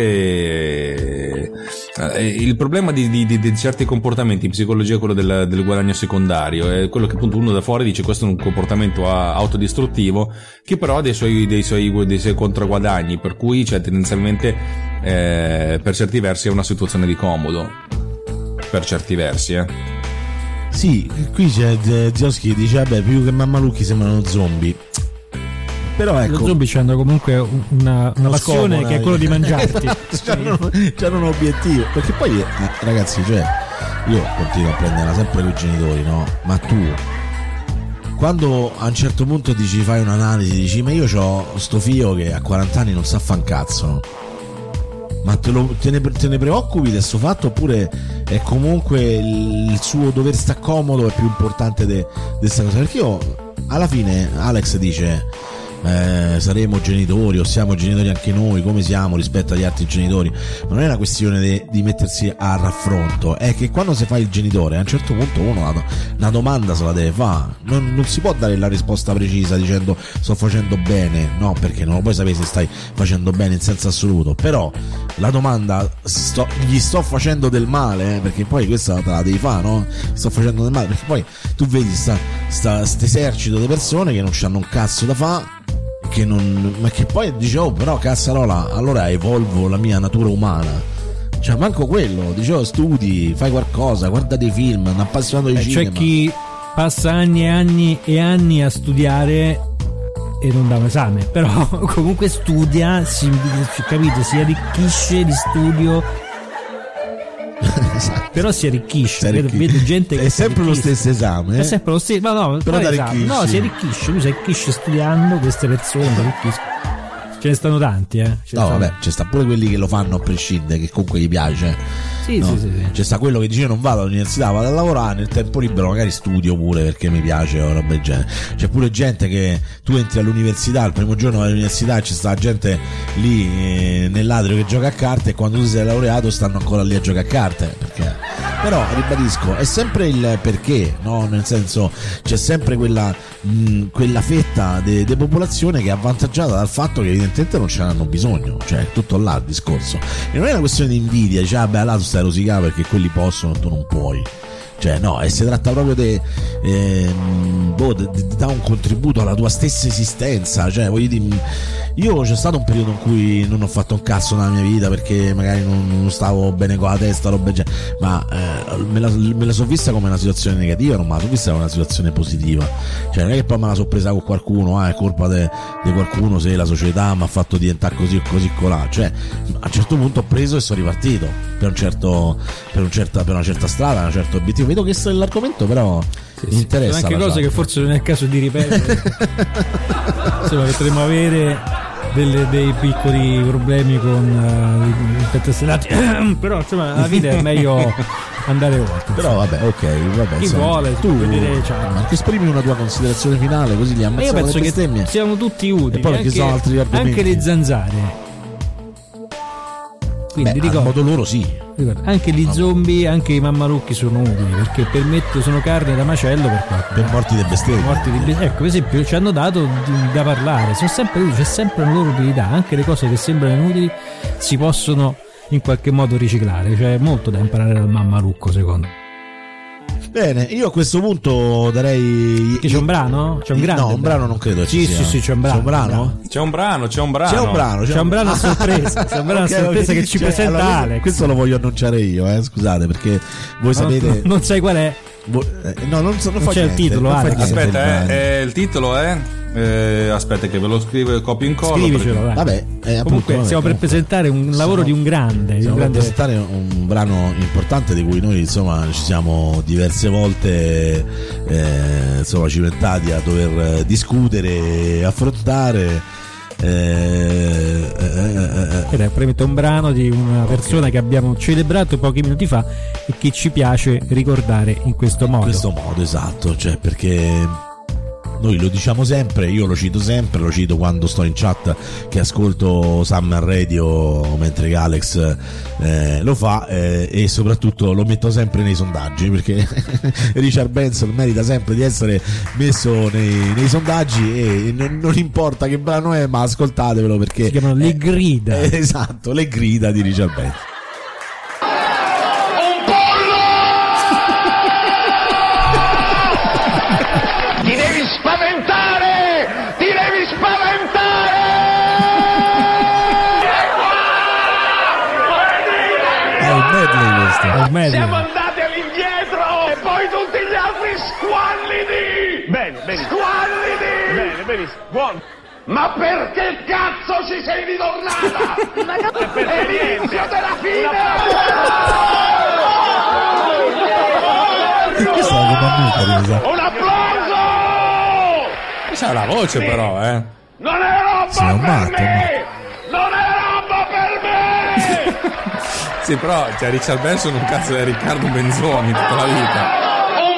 eh, il problema di, di, di, di certi comportamenti in psicologia è quello del, del guadagno secondario, è quello che appunto uno da fuori dice questo è un comportamento autodistruttivo, che però ha dei suoi, dei suoi, dei suoi controguadagni, per cui cioè, tendenzialmente eh, per certi versi è una situazione di comodo, per certi versi eh. Sì, qui c'è Zioski che dice vabbè, più che Mammalucchi sembrano zombie. Però ecco, lo zombie c'hanno comunque una, una passione scopo, che è quello di mangiarti. c'hanno, c'hanno un obiettivo, perché poi eh, ragazzi, cioè io continuo a prenderla sempre con i genitori, no? Ma tu quando a un certo punto dici, fai un'analisi, dici ma io c'ho sto figlio che a quaranta anni non sa fa un cazzo, ma te, lo, te, ne, te ne preoccupi di questo fatto, oppure è comunque il, il suo dover sta comodo è più importante di questa cosa? Perché io alla fine Alex dice Eh, saremo genitori o siamo genitori anche noi, come siamo rispetto agli altri genitori, ma non è una questione de, di mettersi a raffronto, è che quando si fa il genitore a un certo punto uno una, una domanda se la deve fare, non, non si può dare la risposta precisa dicendo sto facendo bene, no, perché non lo puoi sapere se stai facendo bene in senso assoluto, però la domanda sto, gli sto facendo del male, eh, perché poi questa te la devi fare, no? Sto facendo del male, perché poi tu vedi sta, sta, st'esercito di persone che non c'hanno un cazzo da fare, che non, ma che poi dicevo, oh, però cazzarola, allora evolvo la mia natura umana, cioè manco quello, dicevo, studi, fai qualcosa, guarda dei film, un appassionato di eh, cinema. C'è chi passa anni e anni e anni a studiare e non dà un esame, però comunque studia, si, capite, si arricchisce di studio. Esatto. Però si arricchisce, si vedo, vedo gente che è sempre lo stesso esame, eh? È sempre lo stesso, ma no, però esame. No, si arricchisce, lui si arricchisce studiando, queste persone si arricchiscono. Ce ne stanno tanti, eh. Ce no, stanno. Vabbè, c'è sta pure quelli che lo fanno a prescindere, che comunque gli piace. Sì, no? sì, sì, sì. C'è sta quello che dice io non vado all'università, vado a lavorare, nel tempo libero magari studio pure perché mi piace o roba del genere. C'è pure gente che tu entri all'università, il primo giorno all'università c'è sta gente lì eh, nell'atrio che gioca a carte, e quando tu sei laureato stanno ancora lì a giocare a carte, perché però ribadisco, è sempre il perché, no? Nel senso, c'è sempre quella mh, quella fetta di popolazione che è avvantaggiata dal fatto che evidentemente non ce n'hanno bisogno, cioè è tutto là il discorso, e non è una questione di invidia, dice ah beh là tu stai rosicando perché quelli possono tu non puoi, cioè no, e si tratta proprio di eh, boh, dare un contributo alla tua stessa esistenza, cioè voglio dire, io c'è stato un periodo in cui non ho fatto un cazzo nella mia vita perché magari non, non stavo bene con la testa, roba del genere, ma eh, me la, me la so vista come una situazione negativa, non me la so vista come una situazione positiva, cioè non è che poi me la so presa con qualcuno, ah è colpa di qualcuno se la società mi ha fatto diventare così o così colà, cioè a un certo punto ho preso e sono ripartito per un certo per, un certa, per una certa strada, un certo obiettivo. Vedo che questo è l'argomento, però sì, mi interessa. Sono anche cose che forse non è il caso di ripetere. Insomma, potremmo avere delle, dei piccoli problemi con uh, i pentastellati, però insomma alla fine è meglio andare oltre. Però vabbè, ok, vabbè. Chi insomma, vuole, tu vedere, cioè, ma esprimi una tua considerazione finale, così li ammazziamo. io penso le che bestemmie. siamo tutti utili, e poi anche, ci sono altri argomenti, anche le zanzare. Quindi beh, ricordo, a modo loro sì, ricordo, anche gli zombie, anche i mammalucchi sono utili perché permettono, sono carne da macello per qualcuno. per morti delle bestemmie. Morti di bestie. Ecco, per esempio, ci hanno dato di- da parlare, sono sempre utili, c'è sempre una loro utilità, anche le cose che sembrano inutili si possono in qualche modo riciclare, cioè molto da imparare dal mammalucco, secondo me. Bene, io a questo punto darei. Che c'è un brano? C'è un grande No, un brano non credo Sì, ci sia. sì, sì, c'è un brano. C'è un brano? C'è un brano, c'è un brano. C'è un brano, C'è un brano a sorpresa, c'è un brano a Ok, sorpresa ok, che ci cioè, presenta allora, Alex. Questo lo voglio annunciare io, eh, scusate, perché voi sapete. Non, non sai qual è? Vo- eh, no, non, so, non, Non fa c'è il niente, titolo, non fa Alex. niente il Aspetta, brano. eh, eh, il titolo è eh, aspetta che ve lo scrivo, copio e incollo. Scrivicelo, perché- dai. Vabbè, eh, appunto, Comunque vabbè, stiamo per comunque. presentare un lavoro Stiamo- di un grande, di un Stiamo per grande presentare un brano importante di cui noi insomma ci siamo diverse volte eh, insomma cimentati a dover eh, discutere, affrontare. Eh, eh, eh, eh, Ed è praticamente un brano di una persona che abbiamo celebrato pochi minuti fa e che ci piace ricordare in questo in modo. questo modo, esatto, cioè perché noi lo diciamo sempre, io lo cito sempre, lo cito quando sto in chat che ascolto Summer Radio mentre Alex eh, lo fa, eh, e soprattutto lo metto sempre nei sondaggi, perché Richard Benson merita sempre di essere messo nei, nei sondaggi, e non, non importa che brano è, ma ascoltatevelo perché si chiamano Le eh, Grida. eh, esatto, Le Grida di Richard Benson. Ti devi spaventare! Ti devi spaventare! È un medley questo. È un medley. Siamo andati all'indietro e poi tutti gli altri squallidi! Bene, bene. Squallidi! Bene, benissimo. Buono. Ma perché cazzo ci sei ritornata? Ma no, è per l'inizio della fine! Questa è una bannuta, Un applauso! C'ha la voce però, eh. Non è roba Sì, è un per matto, me! Non è roba per me! Sì, però c'è Richard Benson, un cazzo di Riccardo Benzoni tutta la vita. Un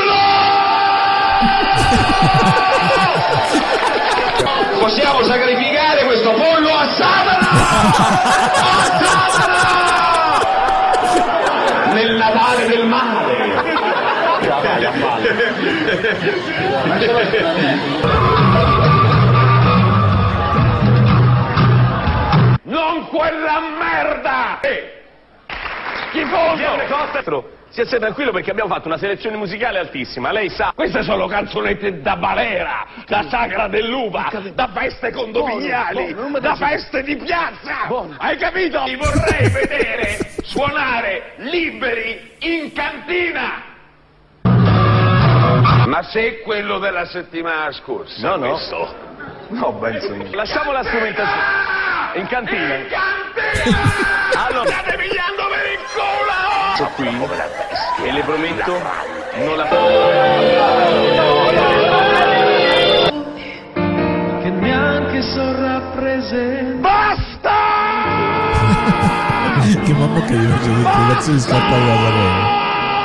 pollo! Possiamo sacrificare questo pollo a Satana! A Satana! Nel Natale del male! Non quella merda! Schifoso! Stia tranquillo perché abbiamo fatto una selezione musicale altissima, lei sa. Queste sono canzonette da balera, da sagra dell'uva, da feste condominiali, da feste di piazza! Hai capito? Li vorrei vedere suonare liberi in cantina! Ma se quello della settimana scorsa? No, no. Questo? No, Benson. Lasciamo la strumentazione. In cantina. In cantina! Allora, state pigliando per il culo! Sono qui. E le prometto, non la che neanche so rappresentare. Basta! Che mamma che di faccio di cazzo scappare da Sanremo.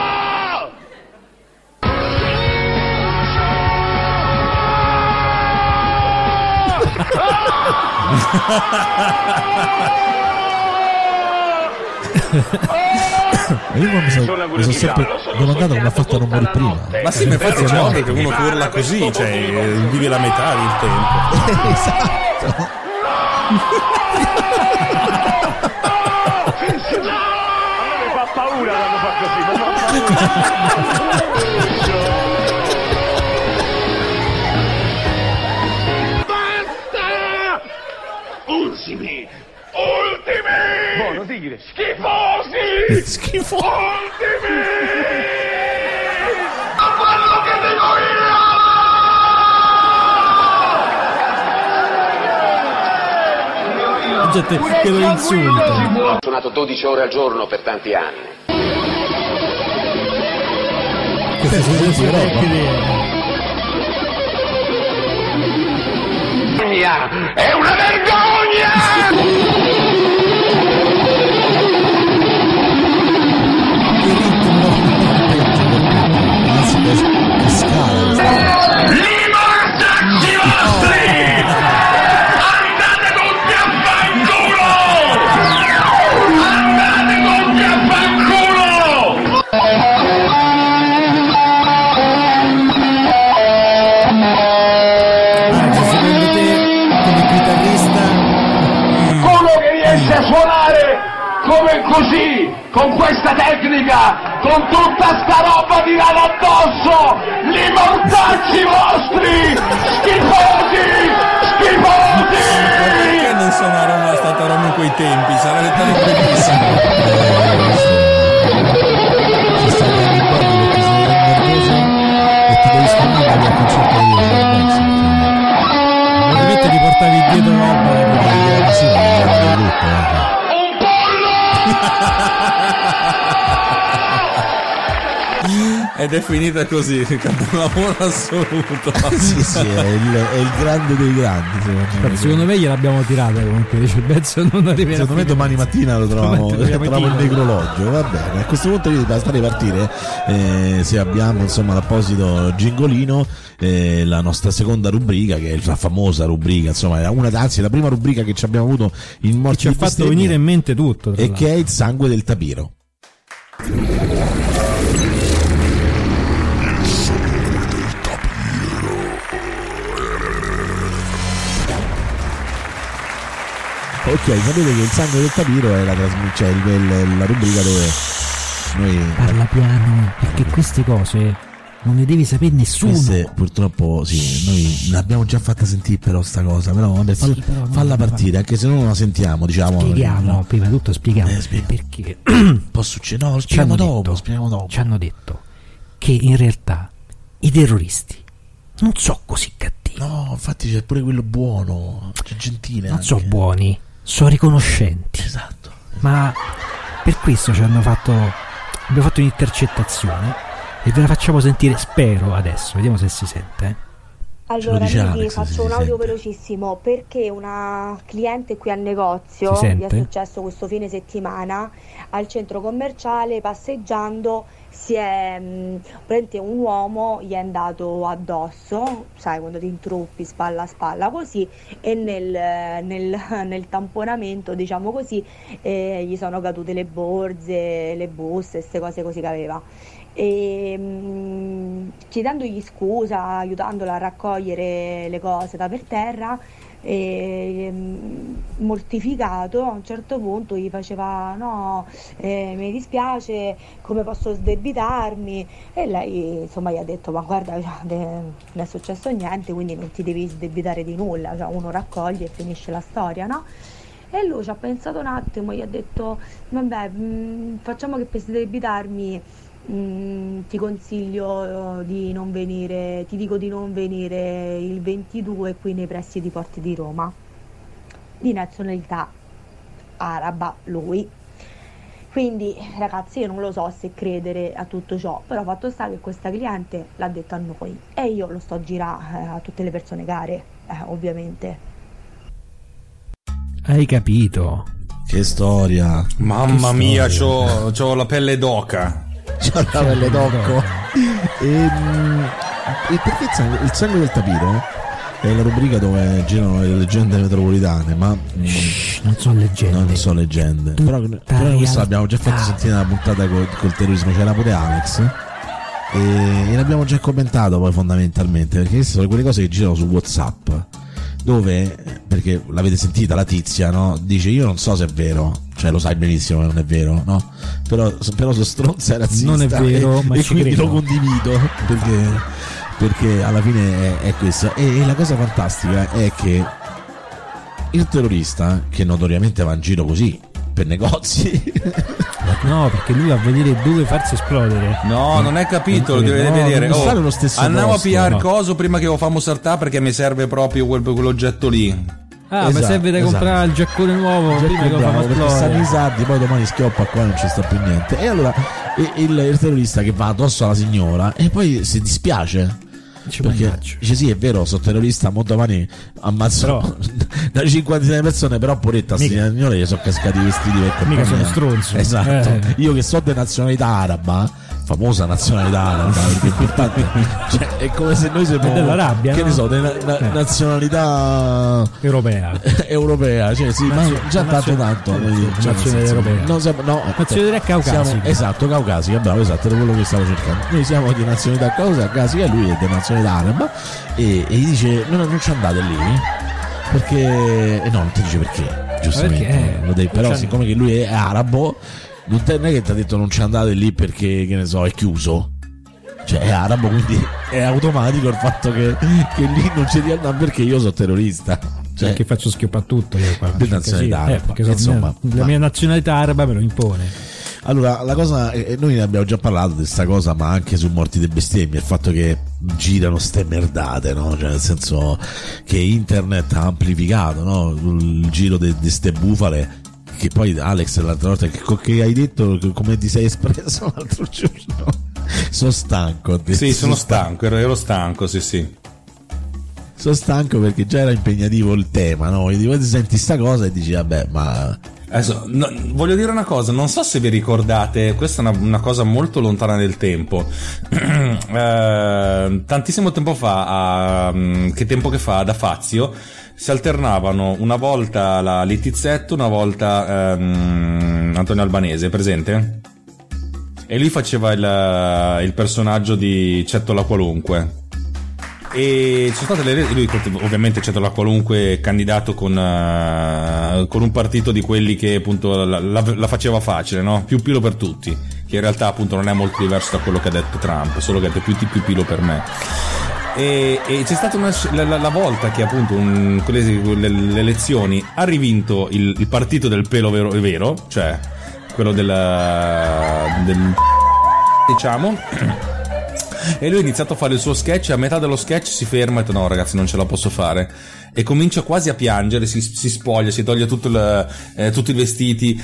Io mi sono, mi sono sempre domandato come ha fatto a non morire prima. Ma sì, ma infatti c'è ovvio che uno che urla così, cioè vive la metà del tempo. Esatto. A me mi fa paura quando fa così. Basta! Ultimi! Ultimi! Buono, tigre! Schifosi! Schifo. Ultimi! A quello che dico io! Gente che lo insulta. Ho suonato dodici ore al giorno per tanti anni. Queste sono le sue tecniche. È una vergogna! Che scala. Rimortacci vostri! Andate tutti a fanculo! Andate tutti a fanculo! Secondo te, come chitarrista, Uno che riesce a suonare come così, con questa tecnica, con tutta sta roba tirata addosso, li mortacci vostri, schifosi, schifosi! Perché non sono a Roma, stata a Roma in quei tempi? Sarebbe stato bellissimo. Ci sta dando i soldi perché sei nervoso e ti devi spingere al concerto di Benson. ovviamente ti portavi dietro roba. Eh, sì, ma è brutto, eh. Un pollo! Ed è finita così, capolavoro assoluto. Sì, sì, è il, è il grande dei grandi, secondo me. Secondo me gliel'abbiamo tirata comunque, dice il Bezzo non arriverà. Secondo me domani mattina lo troviamo, troviamo il necrologio, va bene. A questo punto io devo fare partire, eh, se abbiamo insomma l'apposito gingolino, eh, la nostra seconda rubrica, che è la famosa rubrica, insomma è una, anzi la prima rubrica che ci abbiamo avuto in Morti ci ha fatto venire in mente tutto, e che è il sangue del tapiro. Ok, sapete che il sangue del tapiro è la, cioè il, il, la rubrica dove noi parla piano, perché queste cose non ne devi sapere nessuno. Queste, purtroppo sì, noi l'abbiamo già fatta sentire però sta cosa, però vabbè, falla, sì, però falla partire, anche se non la sentiamo, diciamo. Spieghiamo, no? prima di tutto spieghiamo eh, spiega. perché può succedere, no, lo spieghiamo dopo, detto, spieghiamo dopo. Ci hanno detto che in realtà i terroristi non sono così cattivi. No, infatti c'è pure quello buono, c'è gentile. Non sono buoni, sono riconoscenti. Esatto. Ma per questo ci hanno fatto, abbiamo fatto un'intercettazione e ve la facciamo sentire, spero adesso, vediamo se si sente. Eh. Allora, amici, Alex, faccio un audio sente. velocissimo perché una cliente qui al negozio, gli è successo questo fine settimana al centro commerciale, passeggiando, si è prende un uomo, gli è andato addosso, sai quando ti intruppi spalla a spalla così, e nel, nel, nel tamponamento, diciamo così, eh, gli sono cadute le borse, le buste, queste cose così che aveva. E mh, chiedendogli scusa, aiutandola a raccogliere le cose da per terra, e, mh, mortificato, a un certo punto gli faceva no, eh, mi dispiace, come posso sdebitarmi, e lei insomma gli ha detto ma guarda, non è successo niente, quindi non ti devi sdebitare di nulla, cioè uno raccoglie e finisce la storia, no? E lui ci ha pensato un attimo, gli ha detto vabbè, mh, facciamo che per sdebitarmi Mm, ti consiglio di non venire, ti dico di non venire il ventidue qui nei pressi di Porti di Roma, di nazionalità araba lui. Quindi ragazzi, io non lo so se credere a tutto ciò, però fatto sta che questa cliente l'ha detto a noi e io lo sto a girare eh, a tutte le persone care, eh, ovviamente. Hai capito? Che storia. Mamma che mia, storia. c'ho, c'ho la pelle d'oca. C'ho la pelle d'occo. E, e perché il sangue, il sangue del tapiro è la rubrica dove girano le leggende metropolitane, ma Shh, non sono leggende. No, non sono leggende. Però, però questa l'abbiamo già fatto sentire nella puntata col, col terrorismo, c'era pure Alex. E, e l'abbiamo già commentato poi fondamentalmente, perché queste sono quelle cose che girano su WhatsApp, dove, perché l'avete sentita la tizia, no? Dice io non so se è vero, cioè lo sai benissimo che non è vero, no? Però, però sono stronza e razzista, non è vero, e, ma e ci quindi credo. lo condivido perché, perché alla fine è, è questo. E, e la cosa fantastica è che il terrorista, che notoriamente va in giro così per negozi no, perché lui va a vedere dove farsi esplodere. No, non hai capito, lo No, deve no, vedere. non Oh, sta nello stesso andiamo posto, a pigliare no. coso prima che lo famo saltare, perché mi serve proprio quel, quell'oggetto lì. Ah, Esatto, mi serve da esatto. comprare il giaccone nuovo prima che lo bravo, famo perché stanno i esplodere. sardi, poi domani schioppa qua, non ci sta più niente. E allora il, il, il terrorista che va addosso alla signora e poi si dispiace Ci perché mannaggia. dice sì, è vero, sono terrorista, mo domani ammazzo Però- da cinquantina di persone, però poretta a Mica- sta signora gli sono cascati i vestiti per Mica compagnia. sono stronzo. Esatto. Eh. Io che so di nazionalità araba, famosa nazionalità araba, perché è importante, cioè, è come se noi siamo dell'Arabia, che no? ne so, della na- Eh. nazionalità Europea. europea, cioè sì, ma Nazio- già tanto nazio- tanto sì, quindi, sì, cioè, nazionalità nel senso, europea. no, siamo, no, Nazionalità caucasica. siamo- esatto, caucasica, bravo, esatto, era quello che stavo cercando. Noi siamo di nazionalità caucasica, lui è di nazionalità araba e, e gli dice no, no, non ci andate lì perché e no, non ti dice perché, giustamente, Perché? lo devi, però C'hanno- siccome che lui è arabo non, te, non è che ti ha detto non ci andate lì perché, che ne so, è chiuso. Cioè è arabo, quindi è automatico il fatto che, che lì non ci devi andare perché io sono terrorista. Cioè, Che faccio schioppare tutto io qua. di nazionalità Sì, eh, araba. perché sono- Insomma, la ma- mia nazionalità araba me lo impone. Allora, la cosa, eh, noi ne abbiamo già parlato di questa cosa, ma anche su Morti dei bestemmie, il fatto che girano ste merdate, no? Cioè, nel senso che internet ha amplificato, no? Il giro di ste bufale, che poi Alex l'altra volta che, che hai detto, che come ti sei espresso l'altro giorno, sono stanco. Sì, sono stanco, ero, ero stanco, sì, sì. Sono stanco perché già era impegnativo il tema, no? E poi ti senti sta cosa e dici, vabbè, ma... Adesso, no, voglio dire una cosa, non so se vi ricordate, questa è una, una cosa molto lontana nel tempo. eh, tantissimo tempo fa, a, che tempo che fa, da Fazio, si alternavano una volta la Littizzetto, una volta ehm, Antonio Albanese, presente? E lui faceva il, il personaggio di Cettola Qualunque. E ci sono state le, lui ovviamente c'è la qualunque candidato con, uh, con un partito di quelli che appunto la, la, la faceva facile, no? Più pilo per tutti, che in realtà appunto non è molto diverso da quello che ha detto Trump, solo che ha detto più, più pilo per me. E, e c'è stata una, la, la volta che appunto un, con le, le, le elezioni ha rivinto il, il partito del pelo vero, vero, cioè quello della, del diciamo. E lui ha iniziato a fare il suo sketch e a metà dello sketch si ferma e ha detto no ragazzi non ce la posso fare, e comincia quasi a piangere, si, si spoglia, si toglie tutto il, eh, tutti i vestiti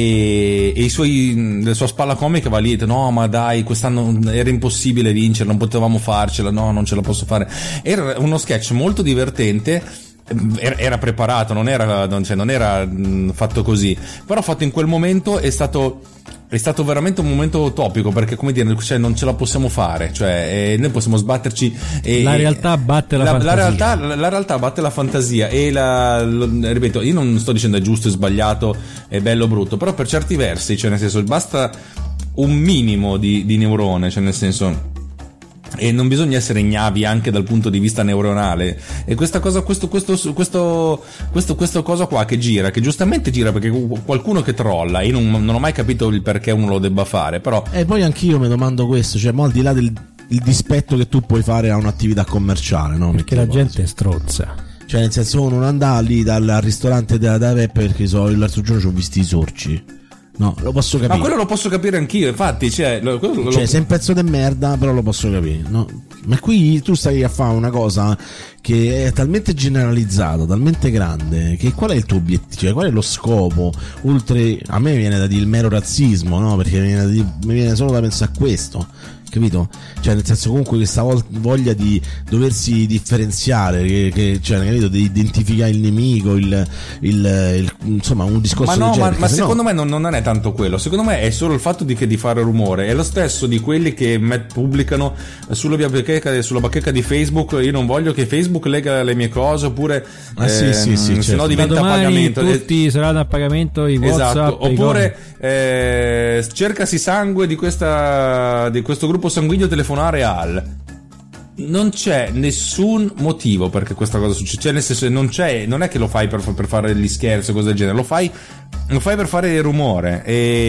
e, e i suoi, la sua spalla comica va lì e dice no ma dai quest'anno era impossibile vincere, non potevamo farcela, no non ce la posso fare. Era uno sketch molto divertente, era preparato, non era, cioè, non era fatto così, però fatto in quel momento è stato è stato veramente un momento utopico, perché come dire, cioè, non ce la possiamo fare, cioè eh, noi possiamo sbatterci e, la realtà batte la, la fantasia la realtà, la, la realtà batte la fantasia e la, lo, ripeto, io non sto dicendo è giusto, è sbagliato, è bello o brutto, però per certi versi, cioè nel senso basta un minimo di, di neurone, cioè nel senso, e non bisogna essere ignavi anche dal punto di vista neuronale. E questa cosa, questo, questo, questo, questo, questo cosa qua che gira, che giustamente gira perché qualcuno che trolla, io non, non ho mai capito il perché uno lo debba fare, però. E poi anch'io mi domando questo, cioè, mo al di là del il dispetto che tu puoi fare a un'attività commerciale, no? Perché la gente è strozza. Cioè, nel senso, uno non andava lì dal ristorante della da Peppe perché so, l'altro giorno ci ho visti i sorci. No, lo posso capire. Ma quello lo posso capire anch'io, infatti, cioè, lo, quello, cioè lo... sei un pezzo di merda, però lo posso capire, no? Ma qui tu stai a fare una cosa che è talmente generalizzata, talmente grande, che qual è il tuo obiettivo? Cioè, qual è lo scopo? Oltre, a me viene da dire il mero razzismo, no? Perché mi viene, da dire, mi viene solo da pensare a questo, capito? Cioè, nel senso, comunque questa voglia di doversi differenziare, che, che cioè, capito, di identificare il nemico, il, il, il insomma, un discorso ma no, del genere, ma, ma secondo no... me non, non è tanto quello, secondo me è solo il fatto di, che di fare rumore, è lo stesso di quelli che met, pubblicano sulla bacheca, sulla bacheca di Facebook, io non voglio che Facebook lega le mie cose, oppure ah, eh, sì, sì, sì, se certo. no diventa domani pagamento, tutti saranno a pagamento i WhatsApp, esatto, oppure eh, cercasi sangue di questa di questo gruppo sanguigno, telefonare al. Non c'è nessun motivo perché questa cosa succede, cioè nel senso non c'è, non è che lo fai per, per fare gli scherzi o cose del genere, lo fai lo fai per fare rumore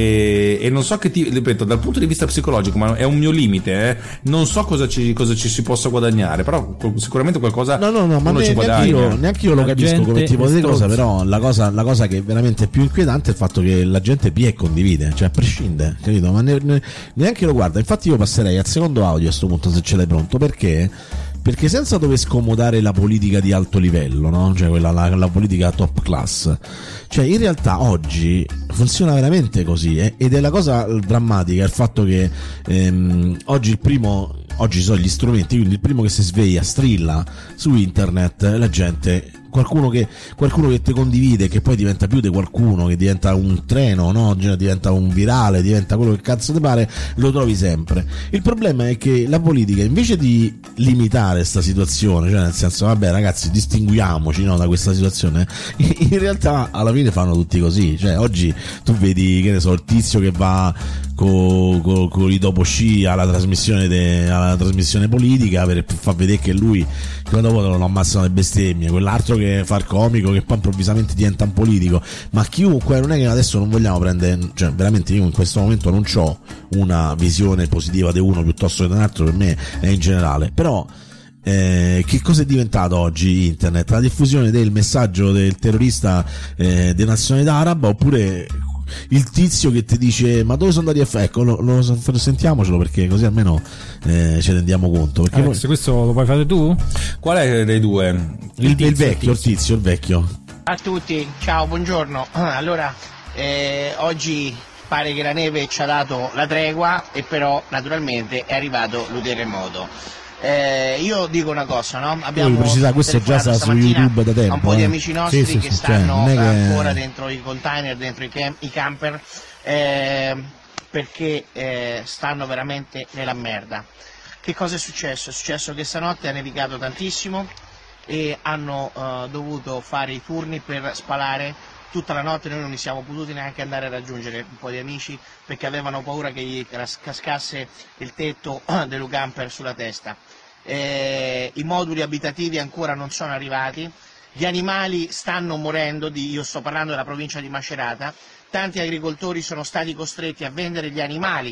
e, e non so che ti, ripeto, dal punto di vista psicologico, ma è un mio limite, eh, non so cosa ci, cosa ci si possa guadagnare, però sicuramente qualcosa no no no ma uno ne, ci guadagna. Neanche io, neanche io lo la capisco come tipo di cosa, però la cosa, la cosa che è veramente più inquietante è il fatto che la gente pia e condivide, cioè a prescinde, capito? Ma ne, ne, neanche lo guarda. Infatti io passerei al secondo audio a sto punto, se ce l'hai pronto, perché perché senza dover scomodare la politica di alto livello, no? Cioè quella, la, la politica top class, cioè in realtà oggi funziona veramente così, eh? Ed è la cosa drammatica il fatto che ehm, oggi il primo oggi sono gli strumenti, quindi il primo che si sveglia strilla su internet, la gente, qualcuno che qualcuno che ti condivide, che poi diventa più di qualcuno, che diventa un treno, no? Diventa un virale, diventa quello che cazzo ti pare, lo trovi sempre. Il problema è che la politica, invece di limitare sta situazione, cioè nel senso vabbè ragazzi distinguiamoci, no, da questa situazione, in realtà alla fine fanno tutti così. Cioè oggi tu vedi, che ne so, il tizio che va con co, co i dopo sci alla trasmissione de, alla trasmissione politica per far vedere che lui, che dopo lo ammazzano le bestemmie, quell'altro che fa il comico che poi improvvisamente diventa un politico. Ma chiunque, non è che adesso non vogliamo prendere, cioè veramente io in questo momento non ho una visione positiva di uno piuttosto che di un altro, per me è in generale, però Eh, che cosa è diventato oggi internet? La diffusione del messaggio del terrorista eh, di nazionalità araba, oppure il tizio che ti dice ma dove sono andati a fare? Ecco, lo, lo, sentiamocelo, perché così almeno eh, ce ne rendiamo conto, perché Alex, poi... questo lo puoi fare tu? Qual è dei due? Il, il, il vecchio, il tizio, il vecchio. A tutti, ciao, buongiorno. Allora, eh, oggi pare che la neve ci ha dato la tregua e però naturalmente è arrivato il terremoto. Eh, io dico una cosa, no? Abbiamo precisità, questo già sta su YouTube da tempo, un po' di eh. amici nostri sì, sì, che sì, stanno cioè, non è che... ancora dentro i container, dentro i, cam- i camper, eh, perché eh, stanno veramente nella merda. Che cosa è successo? È successo che stanotte ha nevicato tantissimo e hanno uh, dovuto fare i turni per spalare tutta la notte. Noi non li siamo potuti neanche andare a raggiungere un po' di amici perché avevano paura che gli cascasse il tetto dello camper sulla testa. Eh, i moduli abitativi ancora non sono arrivati, gli animali stanno morendo, di, io sto parlando della provincia di Macerata, tanti agricoltori sono stati costretti a vendere gli animali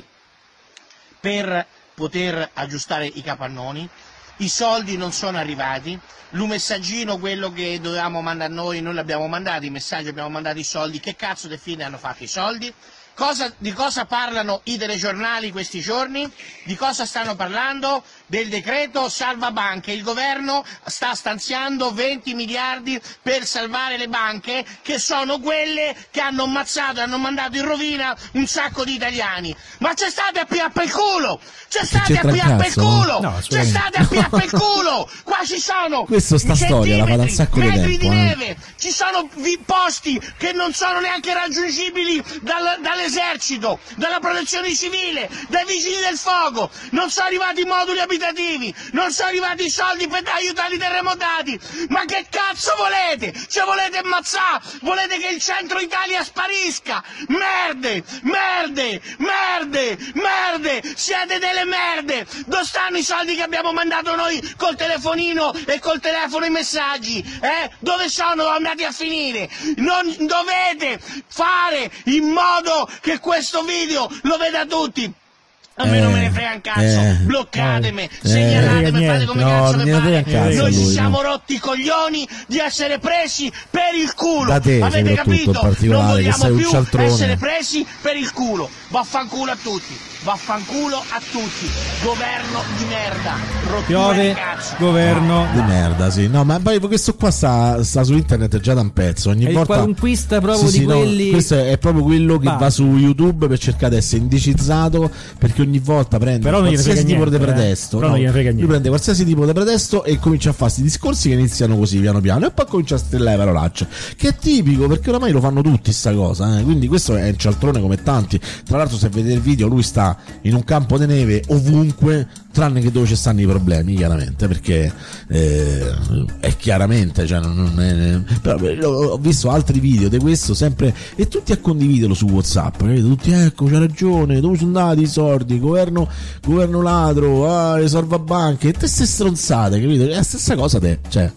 per poter aggiustare i capannoni, i soldi non sono arrivati, l'U messaggino, quello che dovevamo mandare noi, noi l'abbiamo mandato, i messaggi, abbiamo mandato i soldi, che cazzo di fine hanno fatto i soldi? Cosa, di cosa parlano i telegiornali questi giorni? Di cosa stanno parlando? Del decreto salva banche. Il governo sta stanziando venti miliardi per salvare le banche, che sono quelle che hanno ammazzato e hanno mandato in rovina un sacco di italiani. Ma c'è state a pià per il culo! C'è state a pià per il culo! No, c'è state a pià per il culo! Qua ci sono Questo sta storia la fa da un sacco di metri tempo, di eh. neve, ci sono vi- posti che non sono neanche raggiungibili dal, dall'esercito, dalla protezione civile, dai vigili del fuoco, non sono arrivati i moduli abitativi, non sono arrivati i soldi per aiutare i terremotati. Ma che cazzo volete? Cioè volete ammazzare? Volete che il centro Italia sparisca? Merde, merde, merde, merde, siete delle merde. Dove stanno i soldi che abbiamo mandato noi col telefonino e col telefono i messaggi? Eh? Dove sono andati a finire? Non dovete fare in modo che questo video lo veda tutti. A me Eh, non me ne frega un cazzo, eh, bloccatemi, eh, segnalatemi, eh, fate come no, cazzo non vi gliene frega pare. un cazzo Noi a ci lui, siamo no. rotti i coglioni di essere presi per il culo. Da te, Avete soprattutto, in capito? particolare, Non che vogliamo sei un più cialtrone. essere presi per il culo. Vaffanculo a tutti, vaffanculo a tutti. Governo di merda, rottura di Piove, cazzo. governo. Di merda, sì. No, ma poi questo qua sta, sta su internet già da un pezzo. Ogni È il volta. qualunquista proprio Sì, di sì, no, quelli. questo è proprio quello che Bah. va su YouTube per cercare di essere indicizzato. Perché ogni volta prende Però non gliene qualsiasi frega tipo di niente, eh. pretesto. Però non gliene frega lui niente. prende qualsiasi tipo di pretesto e comincia a fare questi discorsi che iniziano così piano piano. E poi comincia a stellare parolacce. Che è tipico perché oramai lo fanno tutti sta cosa. Eh. Quindi questo è un cialtrone come tanti. Tra l'altro, se vedete il video, lui sta in un campo di neve ovunque, tranne che dove ci stanno i problemi, chiaramente, perché eh, è chiaramente, cioè, non è, però, beh, ho visto altri video di questo sempre e tutti a condividerlo su WhatsApp, capito? Tutti, ecco, c'ha ragione, dove sono andati i soldi, governo, governo ladro, ah, le salvabanche, e te ste stronzate, capito? È la stessa cosa te, cioè.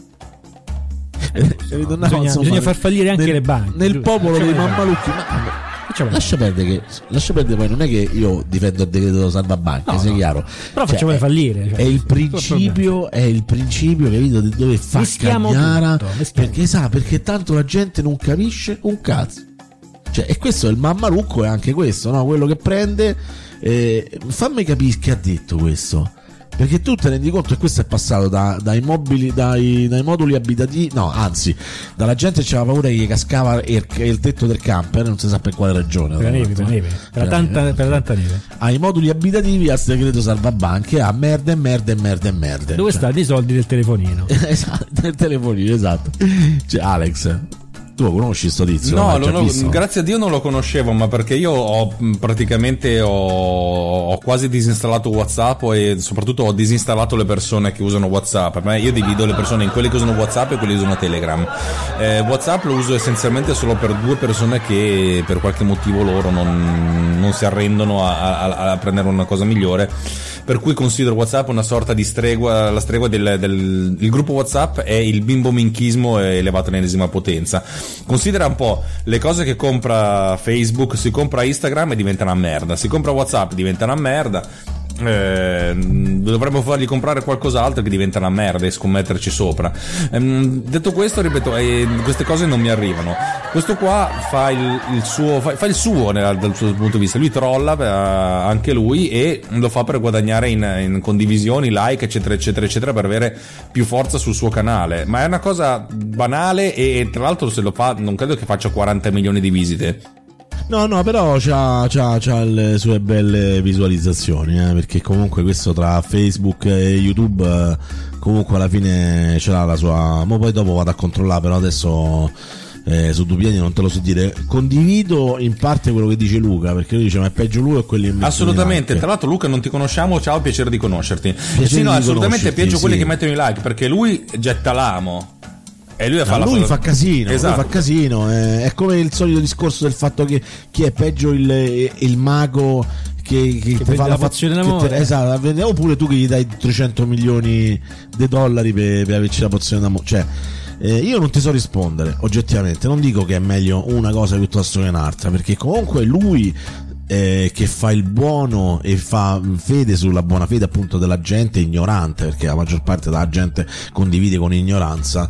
No, bisogna, bisogna far fallire anche nel, le banche. nel giusto? popolo Facciamo dei le banche. mammalucchi, ma Facciamo le lascia perdere che lascia perdere poi non è che io difendo il decreto salvabanche, No, sia no. chiaro. Però Cioè, facciamole fallire, cioè, è il tutto il principio, è il principio, capito, di dove fa Mischiamo cagnara, tutto, mischiamo perché sa, perché tanto la gente non capisce un cazzo. Cioè, e questo è il mammalucco, è anche questo, no? Quello che prende eh, fammi capire che ha detto questo. Perché tu te ne rendi conto che questo è passato da, dai mobili, dai, dai moduli abitativi, no, anzi, dalla gente che aveva paura che gli cascava il, il tetto del camper, non si sa per quale ragione. Per la neve, per la neve, per la tanta, per la tanta neve. Ai moduli abitativi, al decreto salvabanche, a merda e merda e merda e merda. Dove stanno i soldi del telefonino? Esatto, del telefonino, esatto. Cioè, Alex, tu lo conosci sto tizio? No, L'hai lo- già no, visto? grazie a Dio non lo conoscevo, ma perché io ho mh, praticamente ho, ho quasi disinstallato WhatsApp e soprattutto ho disinstallato le persone che usano WhatsApp. Ma io divido le persone in quelle che usano WhatsApp e quelle che usano Telegram. Eh, WhatsApp lo uso essenzialmente solo per due persone che per qualche motivo loro non, non si arrendono a, a, a prendere una cosa migliore. Per cui considero WhatsApp una sorta di stregua, la stregua del, del il gruppo WhatsApp è il bimbo minchismo elevato all'ennesima potenza. Considera un po' le cose che compra Facebook, si compra Instagram e diventa una merda, si compra WhatsApp diventa una merda. Eh, dovremmo fargli comprare qualcos'altro che diventa una merda e scommetterci sopra. Ehm, detto questo, ripeto, eh, queste cose non mi arrivano. Questo qua fa il, il suo fa, fa il suo nel, dal suo punto di vista, lui trolla eh, anche lui e lo fa per guadagnare in, in condivisioni, like eccetera eccetera eccetera, per avere più forza sul suo canale. Ma è una cosa banale e, e tra l'altro se lo fa non credo che faccia quaranta milioni di visite. No, no, però c'ha, c'ha, c'ha le sue belle visualizzazioni, eh, perché comunque questo tra Facebook e YouTube eh, comunque alla fine ce l'ha la sua. Ma poi dopo vado a controllare, però adesso eh, su due piedi non te lo so dire. Condivido in parte quello che dice Luca, perché lui dice ma è peggio lui o quelli in assolutamente. Tra l'altro Luca non ti conosciamo, ciao, piacere di conoscerti. Piacere sì, no, di assolutamente è peggio sì. quelli che mettono i like, perché lui getta l'amo. E lui, fa, no, la lui fa... fa casino, esatto. lui fa casino, eh, è come il solito discorso del fatto che chi è peggio il, il mago che, che, che ti fa la pozione d'amore, te, esatto, oppure tu che gli dai trecento milioni di dollari per, per averci la pozione d'amore, cioè eh, io non ti so rispondere oggettivamente, non dico che è meglio una cosa piuttosto che un'altra, perché comunque lui Eh, che fa il buono e fa fede sulla buona fede appunto della gente ignorante, perché la maggior parte della gente condivide con ignoranza,